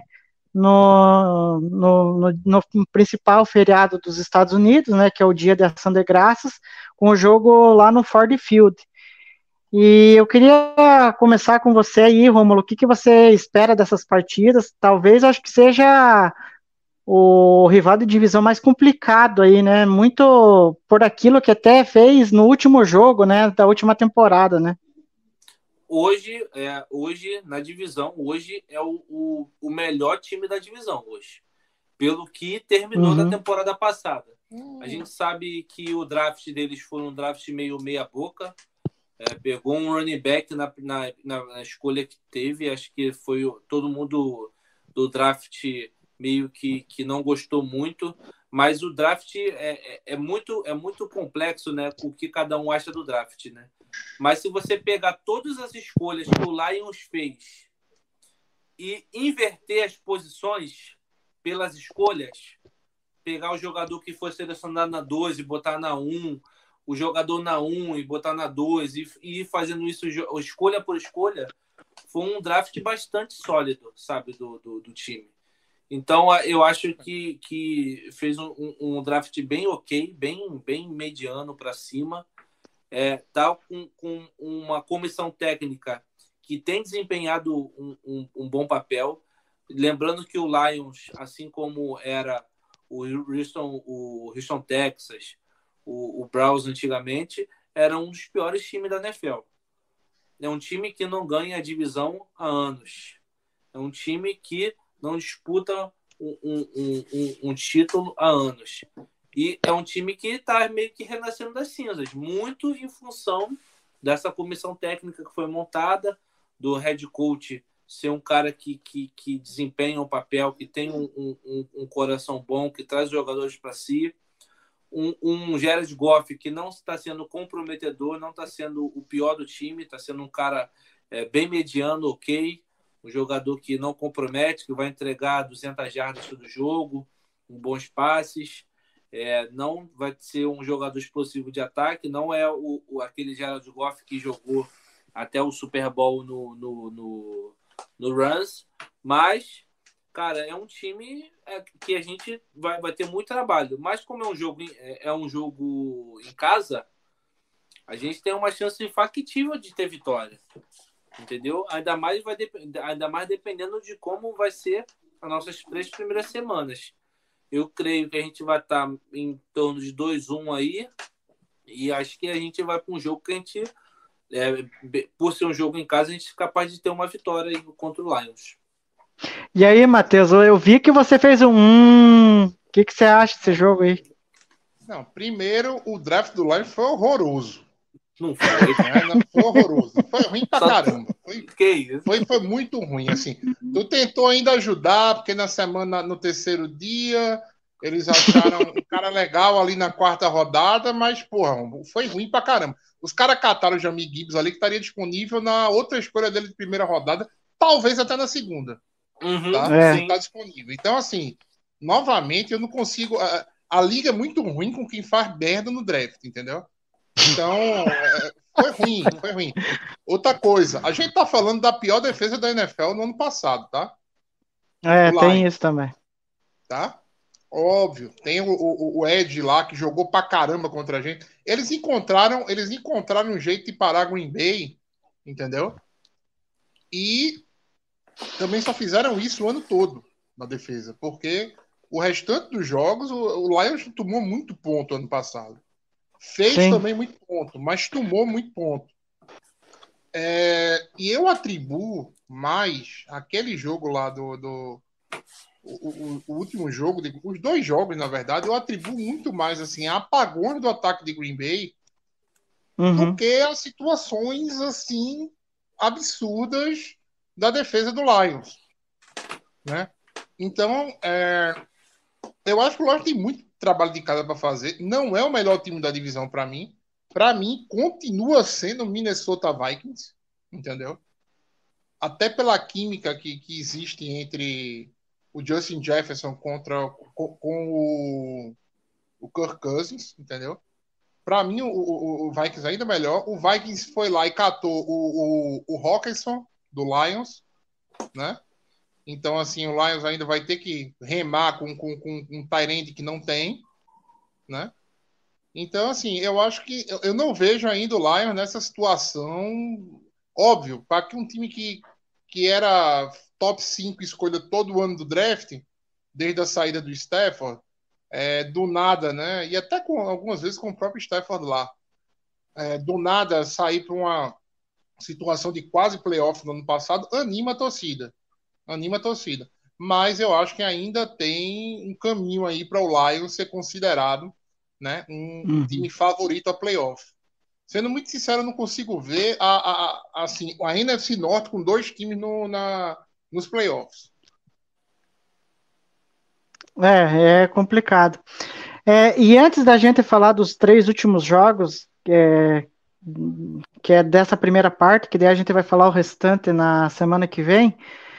No principal feriado dos Estados Unidos, né? Que é o Dia de Ação de Graças, com o jogo lá no Ford Field. E eu queria começar com você aí, Rômulo. O que você espera dessas partidas? Talvez acho que seja o rival de divisão mais complicado aí, né? Muito por aquilo que até fez no último jogo, né? Da última temporada, né? Hoje na divisão, hoje é o melhor time da divisão hoje, pelo que terminou na temporada passada. A gente sabe que o draft deles foi um draft meio meia boca. Pegou um running back na escolha que teve. Acho que foi todo mundo do draft meio que não gostou muito. Mas o draft é muito complexo, né? O que cada um acha do draft, né? Mas se você pegar todas as escolhas que o Lions fez e inverter as posições pelas escolhas, pegar o jogador que foi selecionado na 2 e botar na 1, o jogador na 1 e botar na 2 e ir fazendo isso escolha por escolha, foi um draft bastante sólido, sabe, do time. Então, eu acho que fez um draft bem ok, bem mediano para cima. Tá com uma comissão técnica que tem desempenhado um bom papel. Lembrando que o Lions, assim como era o Houston Texas, o Browns antigamente, era um dos piores times da NFL. é um time que não ganha a divisão há anos. É um time que não disputa um título há anos. E é um time que está meio que renascendo das cinzas, muito em função dessa comissão técnica que foi montada, do head coach ser um cara que desempenha um papel, que tem um coração bom, que traz os jogadores para si. Um Jared Goff que não está sendo comprometedor, não está sendo o pior do time, está sendo um cara bem mediano, ok. Um jogador que não compromete, que vai entregar 200 jardas todo jogo, com bons passes. Não vai ser um jogador explosivo de ataque, não é aquele Jared Goff que jogou até o Super Bowl no Rams, mas, cara, é um time que a gente vai ter muito trabalho. Mas como é um jogo em casa, a gente tem uma chance factível de ter vitória, entendeu? Ainda mais dependendo de como vai ser as nossas 3 primeiras semanas. Eu creio que a gente vai estar em torno de 2-1 aí, e acho que a gente vai para um jogo que a gente, por ser um jogo em casa, a gente é capaz de ter uma vitória aí contra o Lions. E aí, Matheus, eu vi que você fez o que você acha desse jogo aí? Não, primeiro, o draft do Lions foi horroroso. Não foi. Não, foi horroroso. Foi ruim pra caramba. Foi muito ruim, assim. Tu tentou ainda ajudar, porque na semana, no terceiro dia, eles acharam um cara legal ali na 4ª rodada, mas, porra, foi ruim pra caramba. Os caras cataram o Jamie Gibbs ali, que estaria disponível na outra escolha dele de primeira rodada, talvez até na segunda. Tá? Tá disponível. Então, assim, novamente, eu não consigo... A liga é muito ruim com quem faz merda no draft, entendeu? Então, foi ruim. Outra coisa, a gente tá falando da pior defesa da NFL no ano passado, tá? Tem isso também. Tá? Óbvio. Tem o Ed lá, que jogou pra caramba contra a gente. Eles encontraram um jeito de parar Green Bay, entendeu? E também só fizeram isso o ano todo na defesa, porque o restante dos jogos, o Lions tomou muito ponto ano passado. Fez também muito ponto, mas tomou muito ponto. E eu atribuo mais aquele jogo lá o último jogo, os 2 jogos, na verdade, eu atribuo muito mais assim, a apagões do ataque de Green Bay do que a situações assim absurdas da defesa do Lions. Né? Então, eu acho que o Lions tem muito trabalho de casa para fazer. Não é o melhor time da divisão para mim. Para mim, continua sendo o Minnesota Vikings, entendeu? Até pela química que existe entre o Justin Jefferson com o Kirk Cousins, entendeu? Para mim, o Vikings ainda é melhor. O Vikings foi lá e catou o Hockenson do Lions, né? Então, assim, o Lions ainda vai ter que remar com um tight end que não tem, né? Então, assim, eu acho que eu não vejo ainda o Lions nessa situação. Óbvio, para que um time que era top 5 escolha todo ano do draft, desde a saída do Stafford, do nada, né? E até algumas vezes com o próprio Stafford lá, do nada sair para uma situação de quase playoff no ano passado, anima a torcida. Mas eu acho que ainda tem um caminho aí para o Lions ser considerado, né, um time favorito a playoff. Sendo muito sincero, eu não consigo ver assim, a NFC Norte com 2 times nos playoffs. É complicado. E antes da gente falar dos 3 últimos jogos, que é dessa primeira parte, que daí a gente vai falar o restante na semana que vem,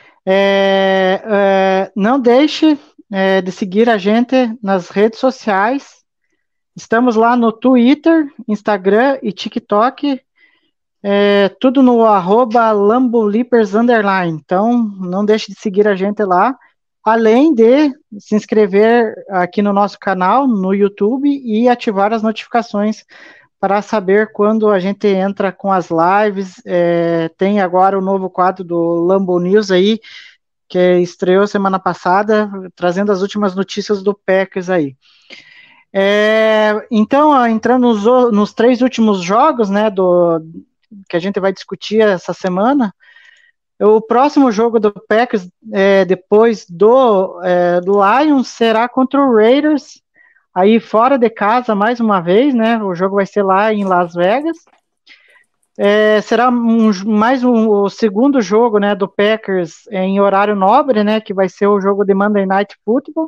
não deixe de seguir a gente nas redes sociais. Estamos lá no Twitter, Instagram e TikTok, tudo no @LamboLeapers_. Então, não deixe de seguir a gente lá, além de se inscrever aqui no nosso canal, no YouTube, e ativar as notificações para saber quando a gente entra com as lives. Tem agora o novo quadro do Lambo News aí, que estreou semana passada, trazendo as últimas notícias do Packers aí. Então, entrando nos 3 últimos jogos, né, que a gente vai discutir essa semana. O próximo jogo do Packers, depois do Lions, será contra o Raiders, aí fora de casa mais uma vez, né? O jogo vai ser lá em Las Vegas. Será o segundo jogo, né, do Packers em horário nobre, né? Que vai ser o jogo de Monday Night Football.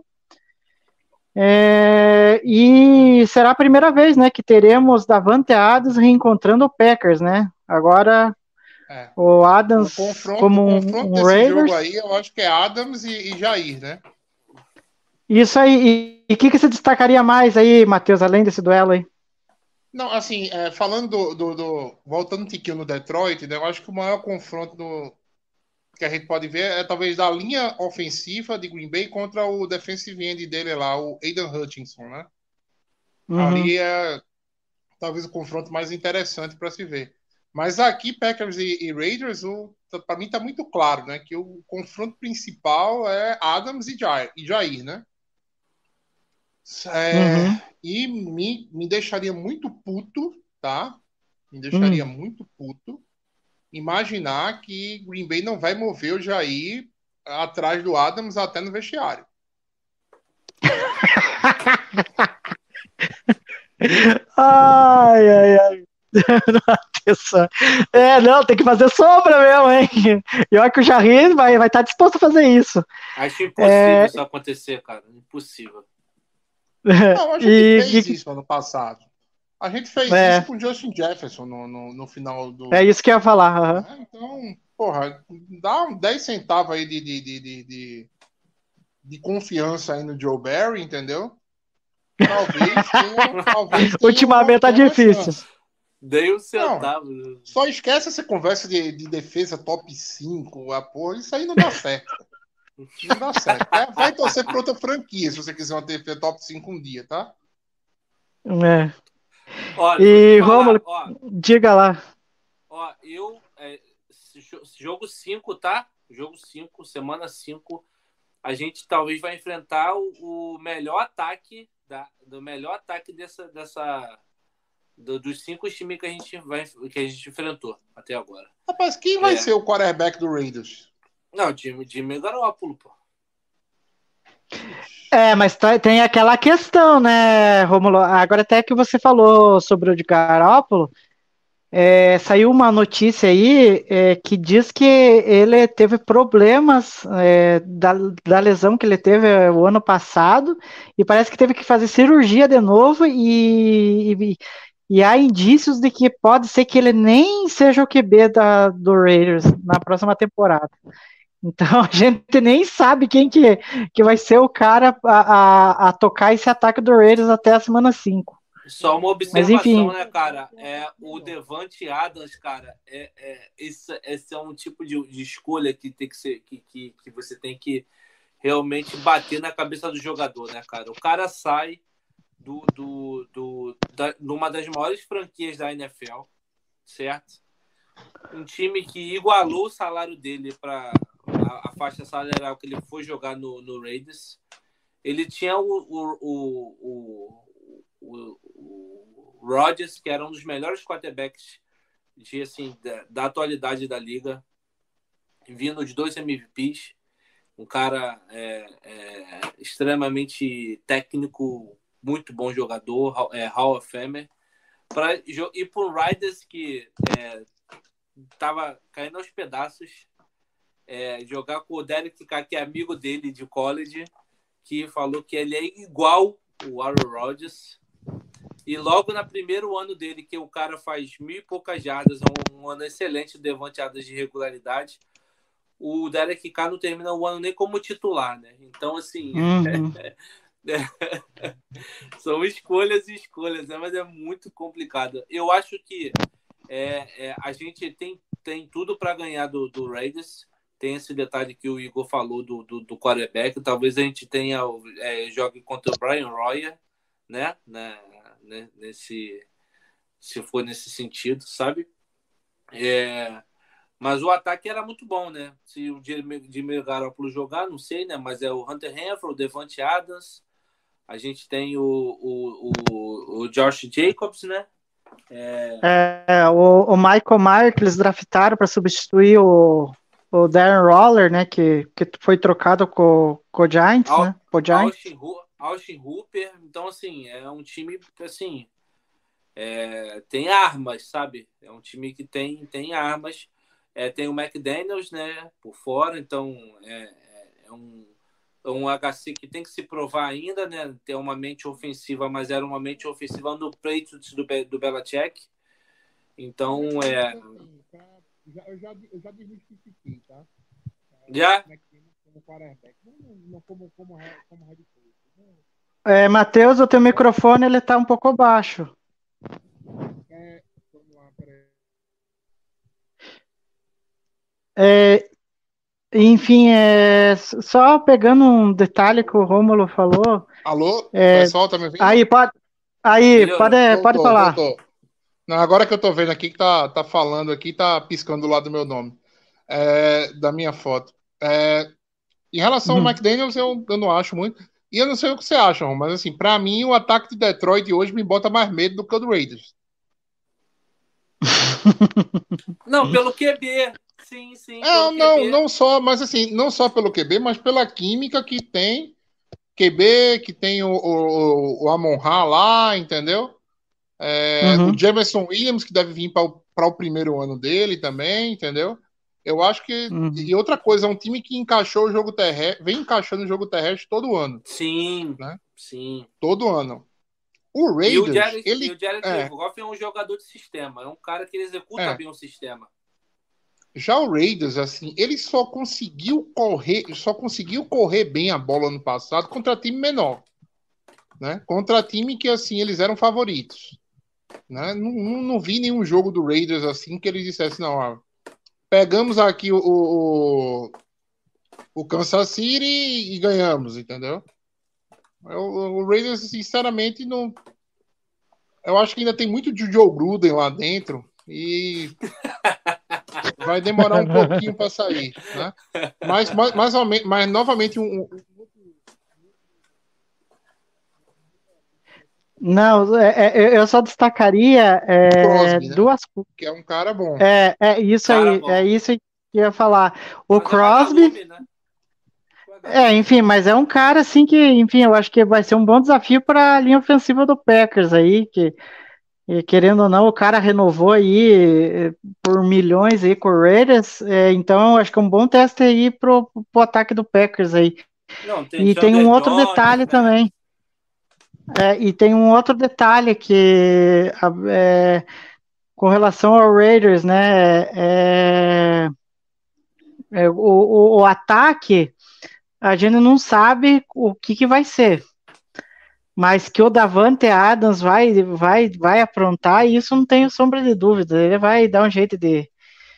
E será a primeira vez, né, que teremos Davante Adams reencontrando o Packers, né? Agora o Adams como o confronto desse Raiders. jogo aí, eu acho que é Adams e Jair, né? Isso aí. E o que você destacaria mais aí, Matheus, além desse duelo aí? Não, assim, falando voltando um tiquinho no Detroit, né, eu acho que o maior confronto que a gente pode ver é talvez da linha ofensiva de Green Bay contra o defensive end dele lá, o Aidan Hutchinson, né? Uhum. Ali é talvez o confronto mais interessante para se ver. Mas aqui, Packers e Raiders, para mim está muito claro, né? Que o confronto principal é Adams e Jair, né? E me deixaria muito puto, tá? Me deixaria muito puto imaginar que Green Bay não vai mover o Jair atrás do Adams até no vestiário. Ai. Não, tem que fazer sombra mesmo, hein? E olha que o Jair vai estar disposto a fazer isso. Acho impossível isso acontecer, cara. Impossível. Não, a gente fez isso ano passado. A gente fez isso com o Justin Jefferson no final do... É isso que eu ia falar. Então, porra, dá 10 centavos aí de confiança aí no Joe Barry, entendeu? Talvez tenha ultimamente tá difícil. Dei um centavo. Não, só esquece essa conversa de defesa top 5. Porra, isso aí não dá certo. Não dá certo. Vai torcer para outra franquia se você quiser uma defesa top 5 um dia, tá? Olha, e Rômulo, diga lá. Ó, jogo 5, tá? Jogo 5, semana 5, a gente talvez vai enfrentar o melhor ataque do melhor ataque dos 5 times que a gente enfrentou até agora. Rapaz, quem vai ser o quarterback do Raiders? Não, Jimmy Garoppolo, pô. Mas tem aquela questão, né, Rômulo? Agora até que você falou sobre o de Garoppolo, saiu uma notícia aí que diz que ele teve problemas da lesão que ele teve o ano passado e parece que teve que fazer cirurgia de novo e há indícios de que pode ser que ele nem seja o QB do Raiders na próxima temporada. Então a gente nem sabe quem que vai ser o cara a tocar esse ataque do Raiders até a semana 5. Só uma observação, né, cara? O Davante Adams, cara, esse é um tipo de escolha que tem que ser que você tem que realmente bater na cabeça do jogador, né, cara? O cara sai numa das maiores franquias da NFL, certo? Um time que igualou o salário dele para a faixa salarial que ele foi jogar no Raiders. Ele tinha o Rodgers, que era um dos melhores quarterbacks da atualidade da liga, vindo de 2 MVPs, um cara extremamente técnico, muito bom jogador, Hall of Famer, para ir para o Raiders, que estava caindo aos pedaços, jogar com o Derek Carr, que é amigo dele de college, que falou que ele é igual o Aaron Rodgers. E logo no primeiro ano dele, que o cara faz 1.000 e poucas jardas, um ano excelente, Davante Adams de regularidade, o Derek Carr não termina o ano nem como titular, né? Então, assim, são escolhas e escolhas, né? Mas é muito complicado. Eu acho que a gente tem tudo para ganhar do Raiders. Tem esse detalhe que o Igor falou do quarterback. Talvez a gente jogue contra o Brian Royer, né? Se for nesse sentido, sabe? Mas o ataque era muito bom, né? Se o Jimmy Garoppolo jogar, não sei, né? Mas é o Hunter Renfrow, o Davante Adams. A gente tem o Josh Jacobs, né? O Michael Mayer que eles draftaram para substituir o Darren Waller, né? Que foi trocado com o Giants, né? Com o Giants. Austin Hooper. Então, assim, é um time que, assim, tem armas, sabe? É um time que tem armas. Tem o McDaniels, né? Por fora. Então, é um HC que tem que se provar ainda, né? Ter uma mente ofensiva, mas era uma mente ofensiva no Patriots do Belichick. Então, Eu já desmistifiquei, tá? Já? Como quarterback, não como head coach. Matheus, o teu microfone ele tá um pouco baixo. Vamos lá, peraí. Enfim, só pegando um detalhe que o Rômulo falou. Alô? Pessoal, tá me ouvindo? Pode falar. Voltou. Não, agora que eu tô vendo aqui que tá falando aqui, tá piscando do lado do meu nome. Da minha foto. Em relação ao McDaniels, eu não acho muito. E eu não sei o que você acha, Ron, mas assim, pra mim, o ataque de Detroit hoje me bota mais medo do que o do Raiders. Não, pelo QB. Sim. Não só, mas assim, não só pelo QB, mas pela química que tem QB, que tem o Amon-Ra lá, entendeu? O Jameson Williams, que deve vir para o primeiro ano dele também, entendeu? Eu acho que. E outra coisa, é um time que encaixou o jogo terrestre, vem encaixando o jogo terrestre todo ano. Sim. Né? Sim. Todo ano. O Raiders. E o Jared Goff é um jogador de sistema, é um cara que executa bem o sistema. Já o Raiders, assim, ele só conseguiu correr bem a bola no passado contra time menor. Né? Contra time que, assim, eles eram favoritos. Né? Não vi nenhum jogo do Raiders assim que eles dissessem, não, ó, pegamos aqui o Kansas City e ganhamos, entendeu? O Raiders, sinceramente, não. Eu acho que ainda tem muito de Joe Gruden lá dentro e vai demorar um pouquinho para sair, né? Mas novamente Não, eu só destacaria Crosby, né? duas coisas. Que é um cara bom. Isso Cara aí, bom. é isso que eu ia falar. O Mas Crosby, vagalume, né? enfim, mas é um cara assim que, enfim, eu acho que vai ser um bom desafio para a linha ofensiva do Packers aí, que querendo ou não, o cara renovou aí por milhões aí com o Raiders, então eu acho que é um bom teste aí pro ataque do Packers aí. Não, E tem um outro Jones, detalhe né? também. E tem um outro detalhe que com relação ao Raiders, né? O ataque, a gente não sabe o que vai ser. Mas que o Davante Adams vai aprontar, isso não tenho sombra de dúvida. Ele vai dar um jeito de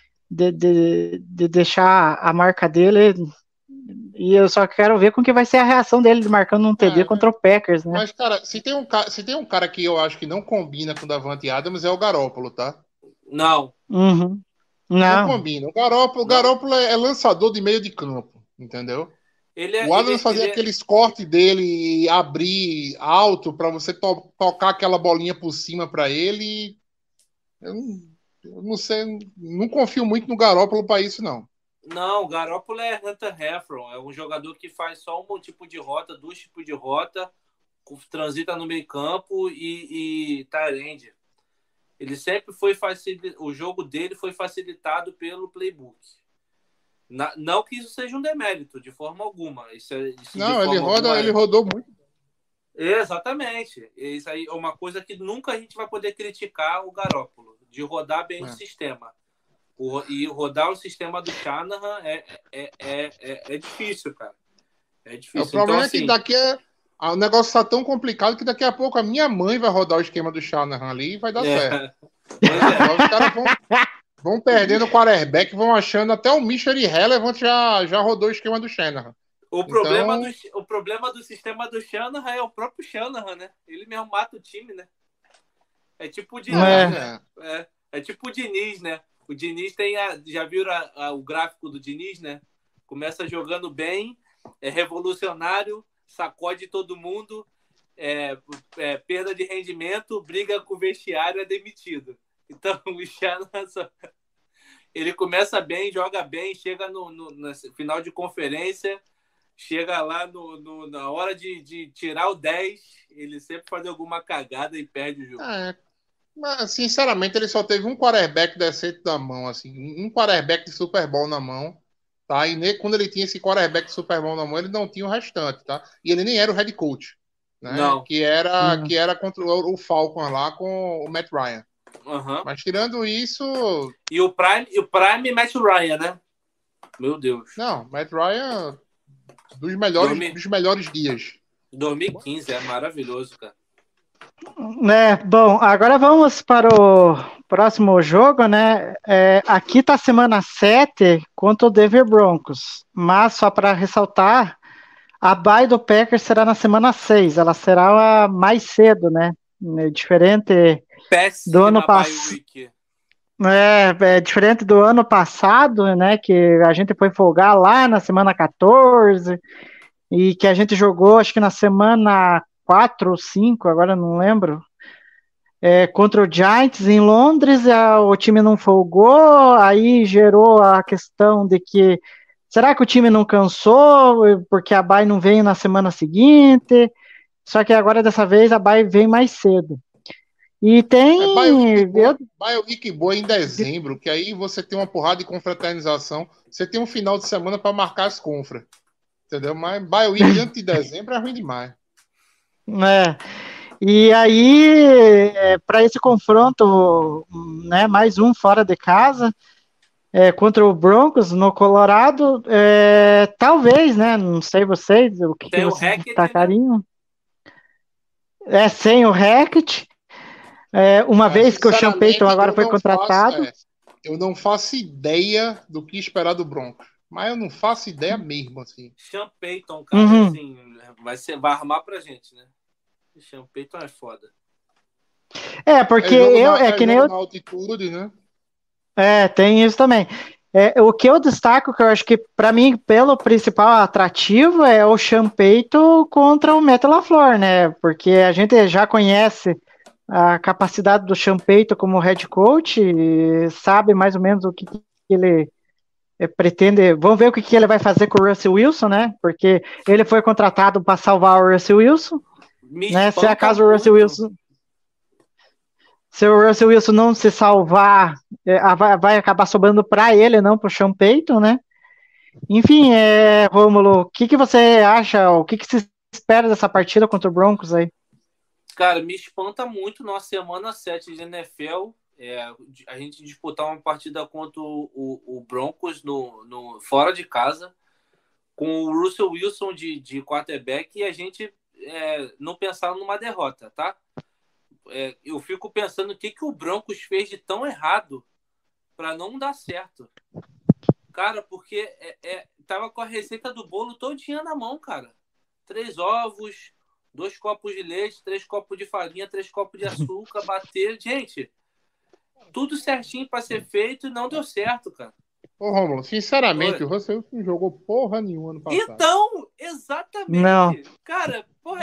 deixar a marca dele. E eu só quero ver como que vai ser a reação dele marcando um TD contra o Packers, né? Mas, cara, se tem um cara que eu acho que não combina com o Davante Adams, é o Garoppolo, tá? Não. Uhum. Não combina. O Garoppolo é lançador de meio de campo, entendeu? O Adams fazia aqueles cortes dele e abrir alto para você tocar aquela bolinha por cima para ele. Eu não sei, não confio muito no Garoppolo para isso, não. Não, o Garoppolo é Hunter Renfrow, é um jogador que faz só um tipo de rota, 2 tipos de rota, transita no meio campo e tight end. Ele sempre foi o jogo dele foi facilitado pelo playbook. Não que isso seja um demérito, de forma alguma. Ele rodou muito. Exatamente. Isso aí é uma coisa que nunca a gente vai poder criticar o Garoppolo, de rodar bem o sistema. E rodar o sistema do Shanahan é difícil, cara. É difícil. O problema então, é que o negócio está tão complicado que daqui a pouco a minha mãe vai rodar o esquema do Shanahan ali e vai dar certo. Então, os caras vão perdendo o quarterback, vão achando até o Mystery Relevant já rodou o esquema do Shanahan. O problema do sistema do Shanahan é o próprio Shanahan, né? Ele mesmo mata o time, né? É tipo o Diniz, né? É tipo o Diniz, né? O Diniz já viram o gráfico do Diniz, né? Começa jogando bem, é revolucionário, sacode todo mundo, perda de rendimento, briga com o vestiário, é demitido. Então, o Sean, ele começa bem, joga bem, chega no final de conferência, chega lá na hora de tirar o 10, ele sempre faz alguma cagada e perde o jogo. Mas, sinceramente, ele só teve um quarterback decente na mão, assim, um quarterback de Super Bowl na mão, tá? E quando ele tinha esse quarterback de Super Bowl na mão, ele não tinha o restante, tá? E ele nem era o head coach, né? Não. Que era contra o Falcons lá com o Matt Ryan. Uhum. Mas tirando isso... E o Prime Matt Ryan, né? Meu Deus. Não, Matt Ryan dos melhores dias. 2015, é maravilhoso, cara. Bom, agora vamos para o próximo jogo, né? Aqui tá semana 7 contra o Denver Broncos, mas só para ressaltar, a bye do Packers será na semana 6, ela será mais cedo, né? Diferente do ano passado. Diferente do ano passado, né? Que a gente foi folgar lá na semana 14 e que a gente jogou, acho que na semana 4 ou 5, agora não lembro, contra o Giants em Londres, o time não folgou, aí gerou a questão de que, será que o time não cansou, porque a bye não veio na semana seguinte, só que agora dessa vez a bye vem mais cedo. E tem... Bye week boa em dezembro, que aí você tem uma porrada de confraternização, você tem um final de semana para marcar as confras, entendeu? Mas bye week antes de dezembro é ruim demais. E aí, para esse confronto, né, mais um fora de casa, contra o Broncos no Colorado, talvez, né, não sei vocês, o que vocês destacariam? Sem o Hackett, uma vez que o Sean Payton agora foi contratado. Eu não faço ideia do que esperar do Broncos, mas eu não faço ideia mesmo, assim. Sean Payton, cara, assim, vai armar pra gente, né? Sean Payton é foda. Porque que nem na altitude, né? Tem isso também. O que eu destaco, que eu acho que para mim, pelo principal atrativo, é o Sean Payton contra o Matt LaFleur, né? Porque a gente já conhece a capacidade do Sean Payton como head coach, sabe mais ou menos o que ele pretende. Vamos ver o que ele vai fazer com o Russell Wilson, né? Porque ele foi contratado para salvar o Russell Wilson. Né? Se acaso o Russell Wilson, se o Russell Wilson não se salvar, vai acabar sobrando para ele, não para o Sean Payton, né? Enfim, Rômulo, o que você acha? O que se espera dessa partida contra o Broncos aí? Cara, me espanta muito na semana 7 de NFL a gente disputar uma partida contra o Broncos fora de casa, com o Russell Wilson de quarterback, e a gente não pensar numa derrota, tá? Eu fico pensando o que o Broncos fez de tão errado para não dar certo. Cara, porque tava com a receita do bolo todinha na mão, cara. 3 ovos, 2 copos de leite, 3 copos de farinha, 3 copos de açúcar, bater. Gente, tudo certinho para ser feito e não deu certo, cara. Ô, Rômulo, sinceramente, o Russell Wilson não jogou porra nenhuma no passado. Então, exatamente. Não. Cara, porra,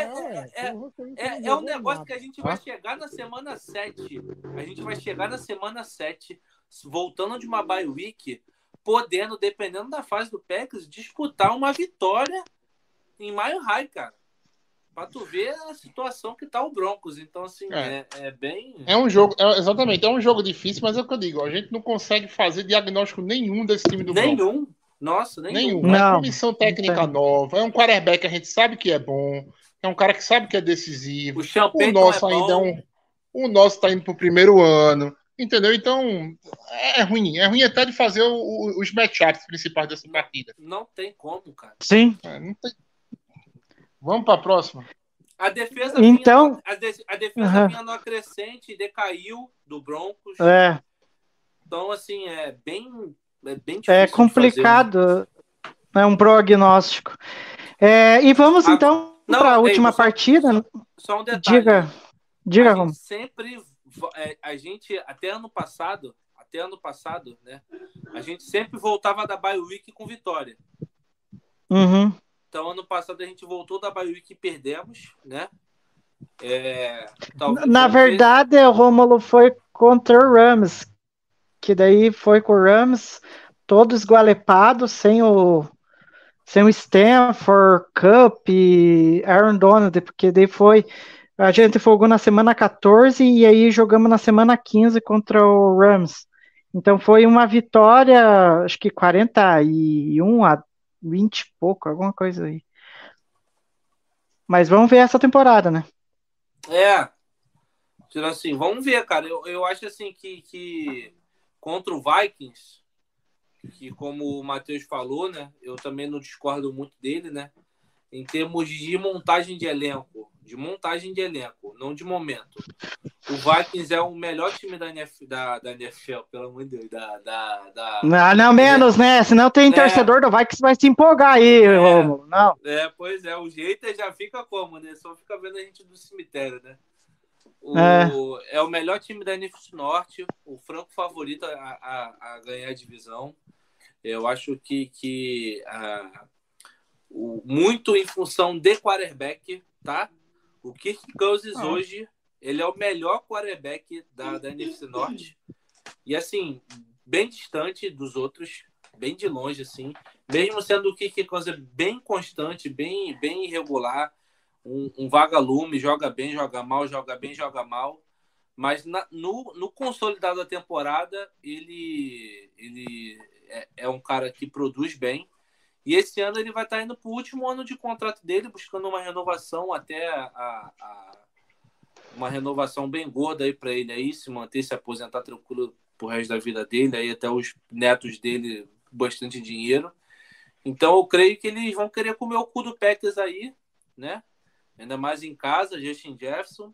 é um negócio que a gente vai chegar na semana 7. A gente vai chegar na semana 7, voltando de uma bye week, podendo, dependendo da fase do Packers, disputar uma vitória em Mile High, cara. Pra tu ver a situação que tá o Broncos. Então, assim, bem... É um jogo, exatamente, é um jogo difícil, mas é o que eu digo, a gente não consegue fazer diagnóstico nenhum desse time do Broncos. Nenhum. Nossa, nenhum. É uma comissão técnica nova, é um quarterback que a gente sabe que é bom, é um cara que sabe que é decisivo. O nosso ainda o nosso tá indo pro primeiro ano, entendeu? Então, é ruim até de fazer os matchups principais dessa partida. Não tem como, cara. Sim. Não tem. Vamos para a próxima. A defesa então, vinha no acrescente e decaiu do Broncos. Então, assim, é bem difícil. É complicado. É um prognóstico. E vamos, então, para a última partida. Só um detalhe. Diga, Romulo. A gente, até ano passado, né? A gente sempre voltava da bye week com vitória. Uhum. Então, ano passado a gente voltou da bye week e perdemos, né? Talvez, Na vamos ver. verdade, o Rômulo foi contra o Rams, que daí foi com o Rams todo esgualepado, sem o Stanford, Cup e Aaron Donald, porque daí a gente folgou na semana 14 e aí jogamos na semana 15 contra o Rams. Então foi uma vitória, acho que 41 a 20 e pouco, alguma coisa aí. Mas vamos ver essa temporada, né? Assim, vamos ver, cara. Eu acho assim que contra o Vikings, que como o Matheus falou, né? Eu também não discordo muito dele, né? Em termos de montagem de elenco, não de momento. O Vikings é o melhor time da NFL, pelo amor de Deus, Não, menos, né? Senão tem torcedor do Vikings que vai se empolgar aí, Rômulo. Não. Pois é, o jeito já fica como, né? Só fica vendo a gente do cemitério, né? É o melhor time da NFC Norte, o franco favorito a ganhar a divisão. Eu acho que muito em função de quarterback, tá? O Kirk Cousins hoje, ele é o melhor quarterback da NFC Norte. E assim, bem distante dos outros, bem de longe, assim. Mesmo sendo o Kirk Cousins bem constante, bem irregular, um vagalume, joga bem, joga mal, joga bem, joga mal. Mas no consolidado da temporada, ele é um cara que produz bem. E esse ano ele vai estar indo para o último ano de contrato dele, buscando uma renovação até uma renovação bem gorda aí para ele aí, se manter, se aposentar tranquilo pro resto da vida dele, aí até os netos dele bastante dinheiro. Então eu creio que eles vão querer comer o cu do Packers aí, né? Ainda mais em casa, Justin Jefferson.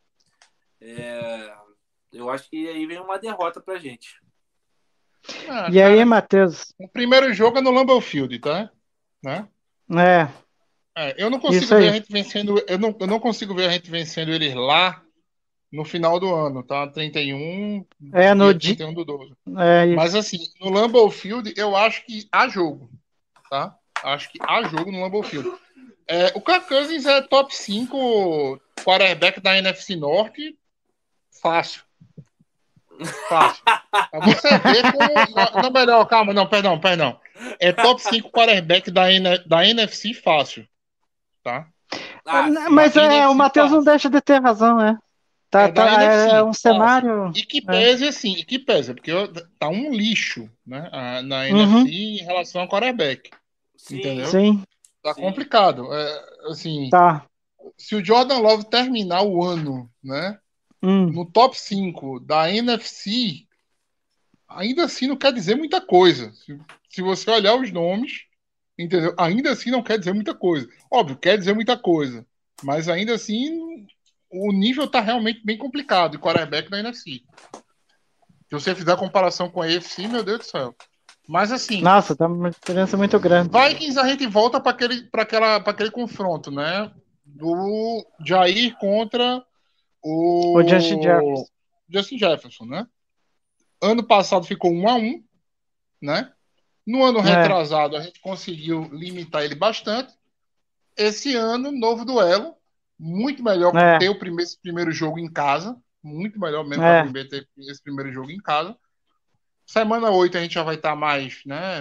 Eu acho que aí vem uma derrota pra gente. E aí, Matheus? O primeiro jogo é no Lambeau Field, tá? Né? Eu não consigo ver a gente vencendo. Eu não consigo ver a gente vencendo eles lá no final do ano, tá? 31, no 31 do 12. Isso. Mas assim, no Lambeau Field, eu acho que há jogo, tá? Acho que há jogo no Lambeau Field. O Kirk Cousins é top 5 quarterback da NFC Norte. Fácil. Pra você ver como... Não, melhor, calma, não, perdão. É top 5 quarterback da NFC fácil, tá? Mas o Matheus não deixa de ter razão, né? É um cenário... E que pese, assim, porque tá um lixo, né? Na NFC em relação ao quarterback. Sim. Entendeu? Sim. Tá complicado. Assim, se o Jordan Love terminar o ano, né? No top 5 da NFC, ainda assim não quer dizer muita coisa. Se você olhar os nomes, entendeu? Ainda assim não quer dizer muita coisa. Óbvio, quer dizer muita coisa. Mas ainda assim, o nível tá realmente bem complicado de quarterback da NFC. Se você fizer a comparação com a AFC, meu Deus do céu. Mas assim... Nossa, tá uma diferença muito grande. Vikings, a gente volta para aquele confronto, né? Do Jair contra... O Justin Jefferson, né? Ano passado ficou 1-1, né? No ano retrasado, a gente conseguiu limitar ele bastante. Esse ano, novo duelo. Muito melhor ter esse primeiro jogo em casa. Muito melhor mesmo para ter esse primeiro jogo em casa. Semana 8 a gente já vai estar mais, né?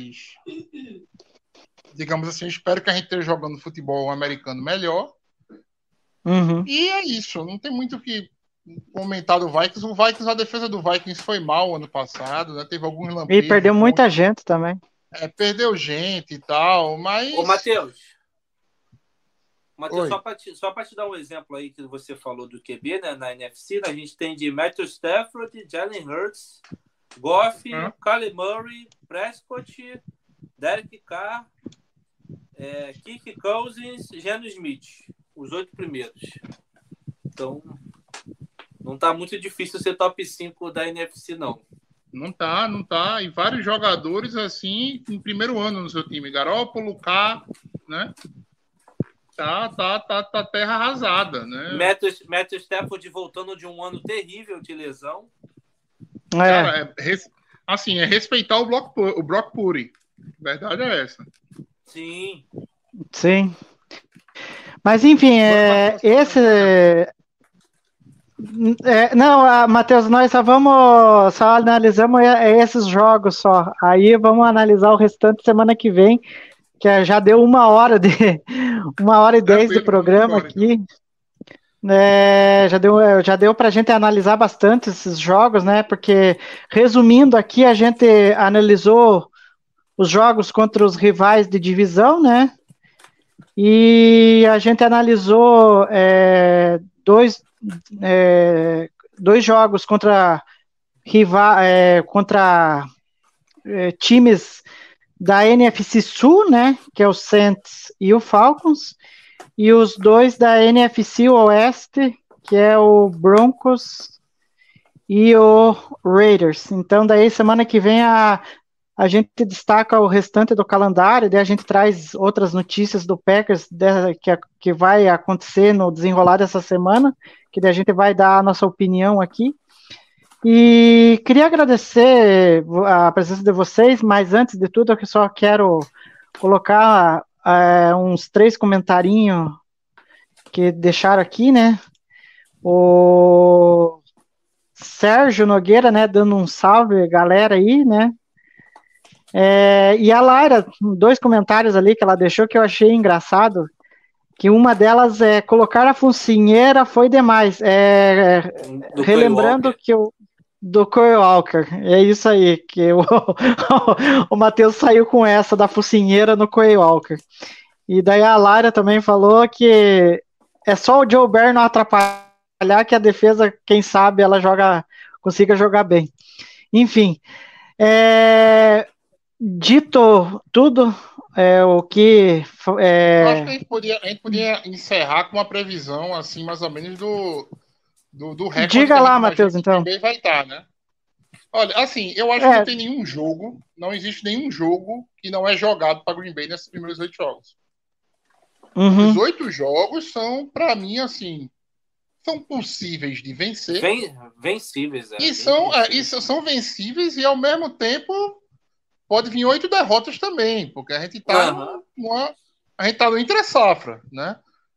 Digamos assim, espero que a gente esteja jogando futebol americano melhor. E é isso, não tem muito o que comentar do Vikings. A defesa do Vikings foi mal ano passado, né? Teve alguns lampejos. E perdeu muita gente também. Perdeu gente e tal, mas... Ô, Matheus, só para te dar um exemplo aí que você falou do QB, né? Na NFC, né? A gente tem de Matthew Stafford, Jalen Hurts, Goff, Kyler Murray, Prescott, Derek Carr, Kirk Cousins, Geno Smith. Os 8 primeiros. Então, não tá muito difícil ser top 5 da NFC, não. Não tá. E vários jogadores, assim, em primeiro ano no seu time. Garoppolo, K, né? Tá terra arrasada, né? Matthew Stafford voltando de um ano terrível de lesão. Cara, é respeitar o Brock Purdy. A verdade é essa. Sim. Mas enfim, não, Matheus, nós só analisamos esses jogos só. Aí vamos analisar o restante semana que vem, que já deu 1h10 de programa aqui. Já deu para a gente analisar bastante esses jogos, né? Porque, resumindo aqui, a gente analisou os jogos contra os rivais de divisão, né? E a gente analisou dois jogos contra times da NFC Sul, né? Que é o Saints e o Falcons. E os dois da NFC Oeste, que é o Broncos e o Raiders. Então, daí, semana que vem, a gente destaca o restante do calendário, daí a gente traz outras notícias do Packers que vai acontecer no desenrolar dessa semana, que daí a gente vai dar a nossa opinião aqui. E queria agradecer a presença de vocês, mas antes de tudo, eu só quero colocar uns 3 comentarinhos que deixaram aqui, né? O Sérgio Nogueira, né, dando um salve, galera aí, né? E a Laira, 2 comentários ali que ela deixou que eu achei engraçado, que uma delas é colocar a focinheira foi demais. Relembrando que do Corey Walker, é isso aí, que o Matheus saiu com essa da focinheira no Corey Walker. E daí a Lara também falou que é só o Joe Barry não atrapalhar que a defesa, quem sabe, ela consiga jogar bem. Enfim, dito tudo, o que... Eu acho que a gente podia encerrar com uma previsão, assim, mais ou menos do recorde. Diga lá, Matheus, então. Vai estar, né? Olha, assim, eu acho que não tem nenhum jogo, não existe nenhum jogo que não é jogado para Green Bay nesses primeiros 8 jogos. Uhum. Os 8 jogos são, para mim, assim, são possíveis de vencer. Vencíveis, são vencíveis e, ao mesmo tempo, pode vir 8 derrotas também, porque a gente tá no entre-safra, né?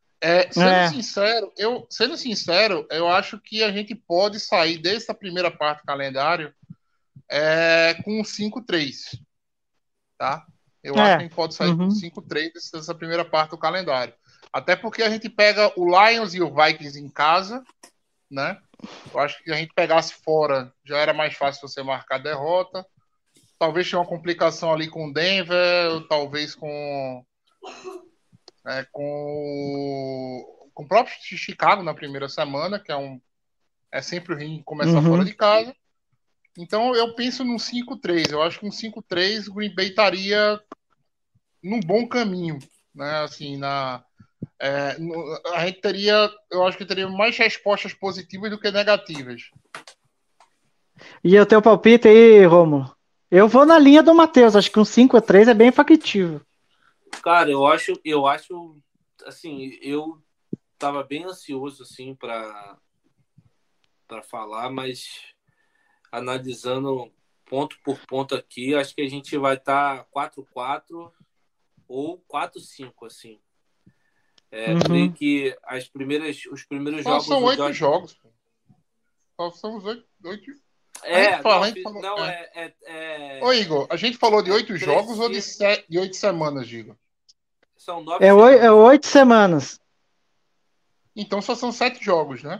Sendo sincero, eu acho que a gente pode sair dessa primeira parte do calendário com 5-3, tá? Eu acho que a gente pode sair com 5-3 dessa primeira parte do calendário. Até porque a gente pega o Lions e o Vikings em casa, né? Eu acho que a gente pegasse fora, já era mais fácil você marcar derrota. Talvez tenha uma complicação ali com o Denver, talvez com o próprio Chicago na primeira semana, que é sempre ruim começar fora de casa. Então eu penso num 5-3. Eu acho que um 5-3 o Green Bay estaria num bom caminho, né? Assim, a gente eu acho que teria mais respostas positivas do que negativas. E o teu palpite aí, Rômulo? Eu vou na linha do Matheus, acho que um 5-3 é bem factível. Cara, eu acho, assim, eu tava bem ansioso, assim, para falar, mas analisando ponto por ponto aqui, acho que a gente vai estar 4-4 ou 4-5, assim. Creio que os primeiros jogos... São 8 jogos. São os 8... Ô, Igor, a gente falou de 8 jogos ou de 8 semanas, Igor? São 9 semanas. 8 semanas. Então só são 7 jogos, né?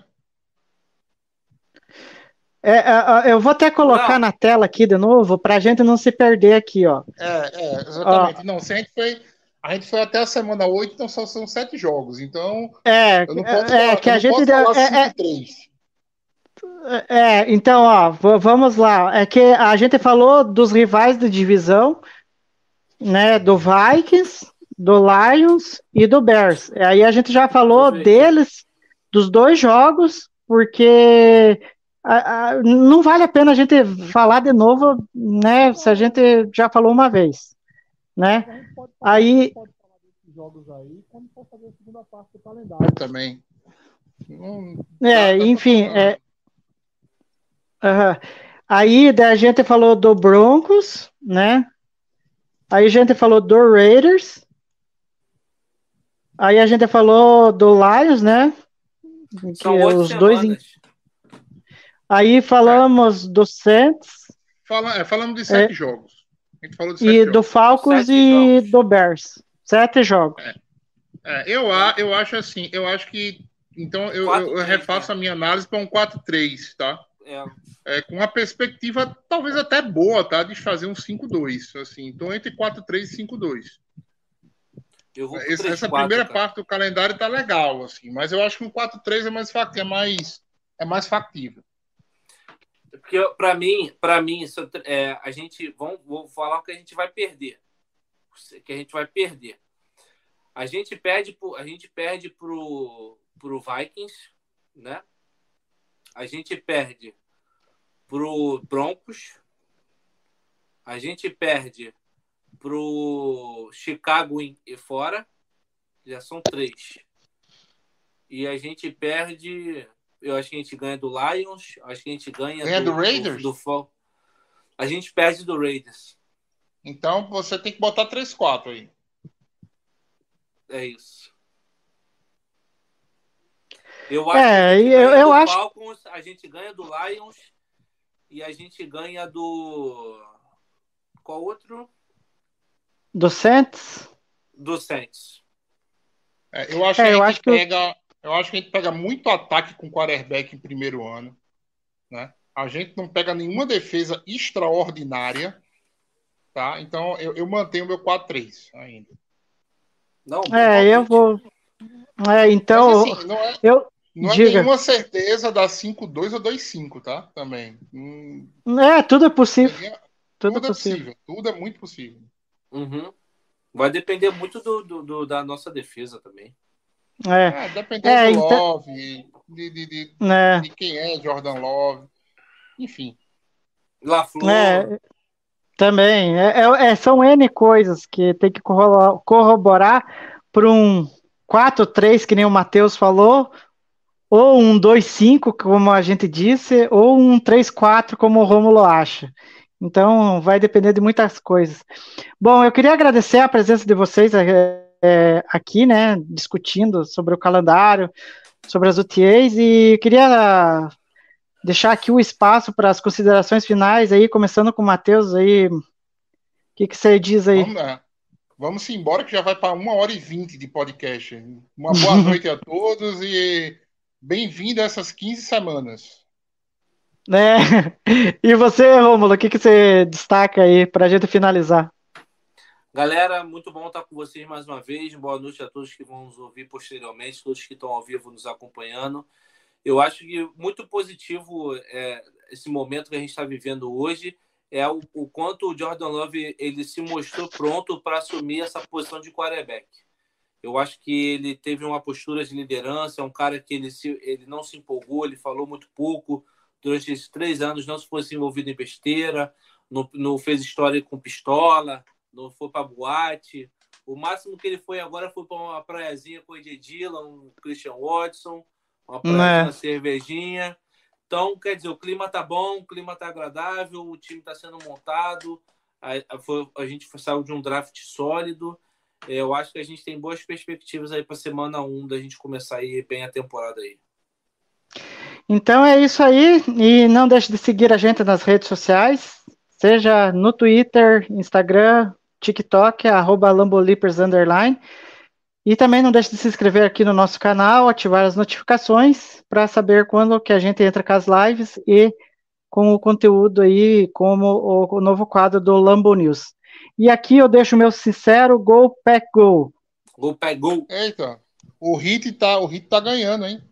Eu vou até colocar na tela aqui de novo, pra gente não se perder aqui, ó. Exatamente. Não, se a gente foi até a semana 8, então só são 7 jogos. Então, eu não posso falar 5-3. Então, ó, vamos lá. É que a gente falou dos rivais de divisão, né, do Vikings, do Lions e do Bears. Aí a gente já falou deles, dos 2 jogos, porque não vale a pena a gente falar de novo, né, se a gente já falou uma vez, né? Aí... pode falar desses jogos aí quando for fazer a segunda parte do calendário também. Enfim, aí a gente falou do Broncos, né? Aí a gente falou do Raiders. Aí a gente falou do Lions, né? São Que 8 os dois. semanas. Aí falamos do Saints Falamos de 7 jogos. A gente falou de 7 e do jogos. Falcons 7 e jogos. do Bears. 7 jogos. Eu acho assim, eu acho que. Então, eu 4-3, refaço né? a minha análise para um 4-3, tá? É, Com uma perspectiva talvez até boa, tá? De fazer um 5-2. Assim. Então, entre 4-3 e 5-2. eu vou pro Essa 3-4, primeira cara. parte do calendário tá legal, assim, mas eu acho que um 4-3 é mais factível. Porque para mim, a gente vou falar o que a gente vai perder. Que a gente vai perder. A gente perde pro Vikings, né? A gente perde pro Broncos. A gente perde pro Chicago e fora. Já são 3. E a gente perde. Eu acho que a gente ganha do Lions. Acho que a gente ganha do Raiders? A gente perde do Raiders. Então você tem que botar 3-4 aí. É isso. Eu acho que a gente ganha do Falcons, a gente ganha do Lions e a gente ganha do... Qual outro? Do Saints? Do Saints. Eu acho que a gente pega muito ataque com quarterback em primeiro ano. Né? A gente não pega nenhuma defesa extraordinária. Tá? Então eu mantenho o meu 4-3 ainda. Não, eu vou... então... Mas, assim, não é nenhuma certeza dar 5-2 ou 2-5, tá? Também. Tudo é possível. Tudo é possível. Tudo é muito possível. Uhum. Vai depender muito da nossa defesa também. Dependendo do Love, de quem é Jordan Love, enfim. LaFleur. Também. São N coisas que tem que corroborar para um 4-3, que nem o Matheus falou, ou um 2-5, como a gente disse, ou um 3-4, como o Rômulo acha. Então, vai depender de muitas coisas. Bom, eu queria agradecer a presença de vocês aqui, né, discutindo sobre o calendário, sobre as OTAs, e queria deixar aqui o espaço para as considerações finais aí, começando com o Matheus aí. O que você diz aí? Vamos embora, que já vai para 1h20 de podcast. Uma boa noite a todos e bem-vindo a essas 15 semanas. E você, Rômulo, o que você destaca aí para a gente finalizar? Galera, muito bom estar com vocês mais uma vez. Boa noite a todos que vão nos ouvir posteriormente, todos que estão ao vivo nos acompanhando. Eu acho que muito positivo esse momento que a gente está vivendo hoje é o quanto o Jordan Love ele se mostrou pronto para assumir essa posição de quarterback. Eu acho que ele teve uma postura de liderança, é um cara que ele não se empolgou, ele falou muito pouco durante esses 3 anos, não se fosse envolvido em besteira, não fez história com pistola, não foi para boate. O máximo que ele foi agora foi para uma praiazinha com o AJ Dillon, um Christian Watson, uma praiazinha, cervejinha. Então, quer dizer, o clima tá bom, o clima tá agradável, o time tá sendo montado, a gente saiu de um draft sólido. Eu acho que a gente tem boas perspectivas aí para semana 1 da gente começar aí bem a temporada aí. Então é isso aí, e não deixe de seguir a gente nas redes sociais, seja no Twitter, Instagram, TikTok, @Lambolipers_. E também não deixe de se inscrever aqui no nosso canal, ativar as notificações para saber quando que a gente entra com as lives e com o conteúdo aí, como o novo quadro do Lambo News. E aqui eu deixo o meu sincero Go Pack Go. Go Pack Go. Eita, o Hit tá ganhando, hein?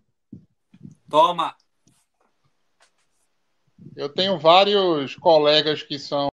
Toma! Eu tenho vários colegas que são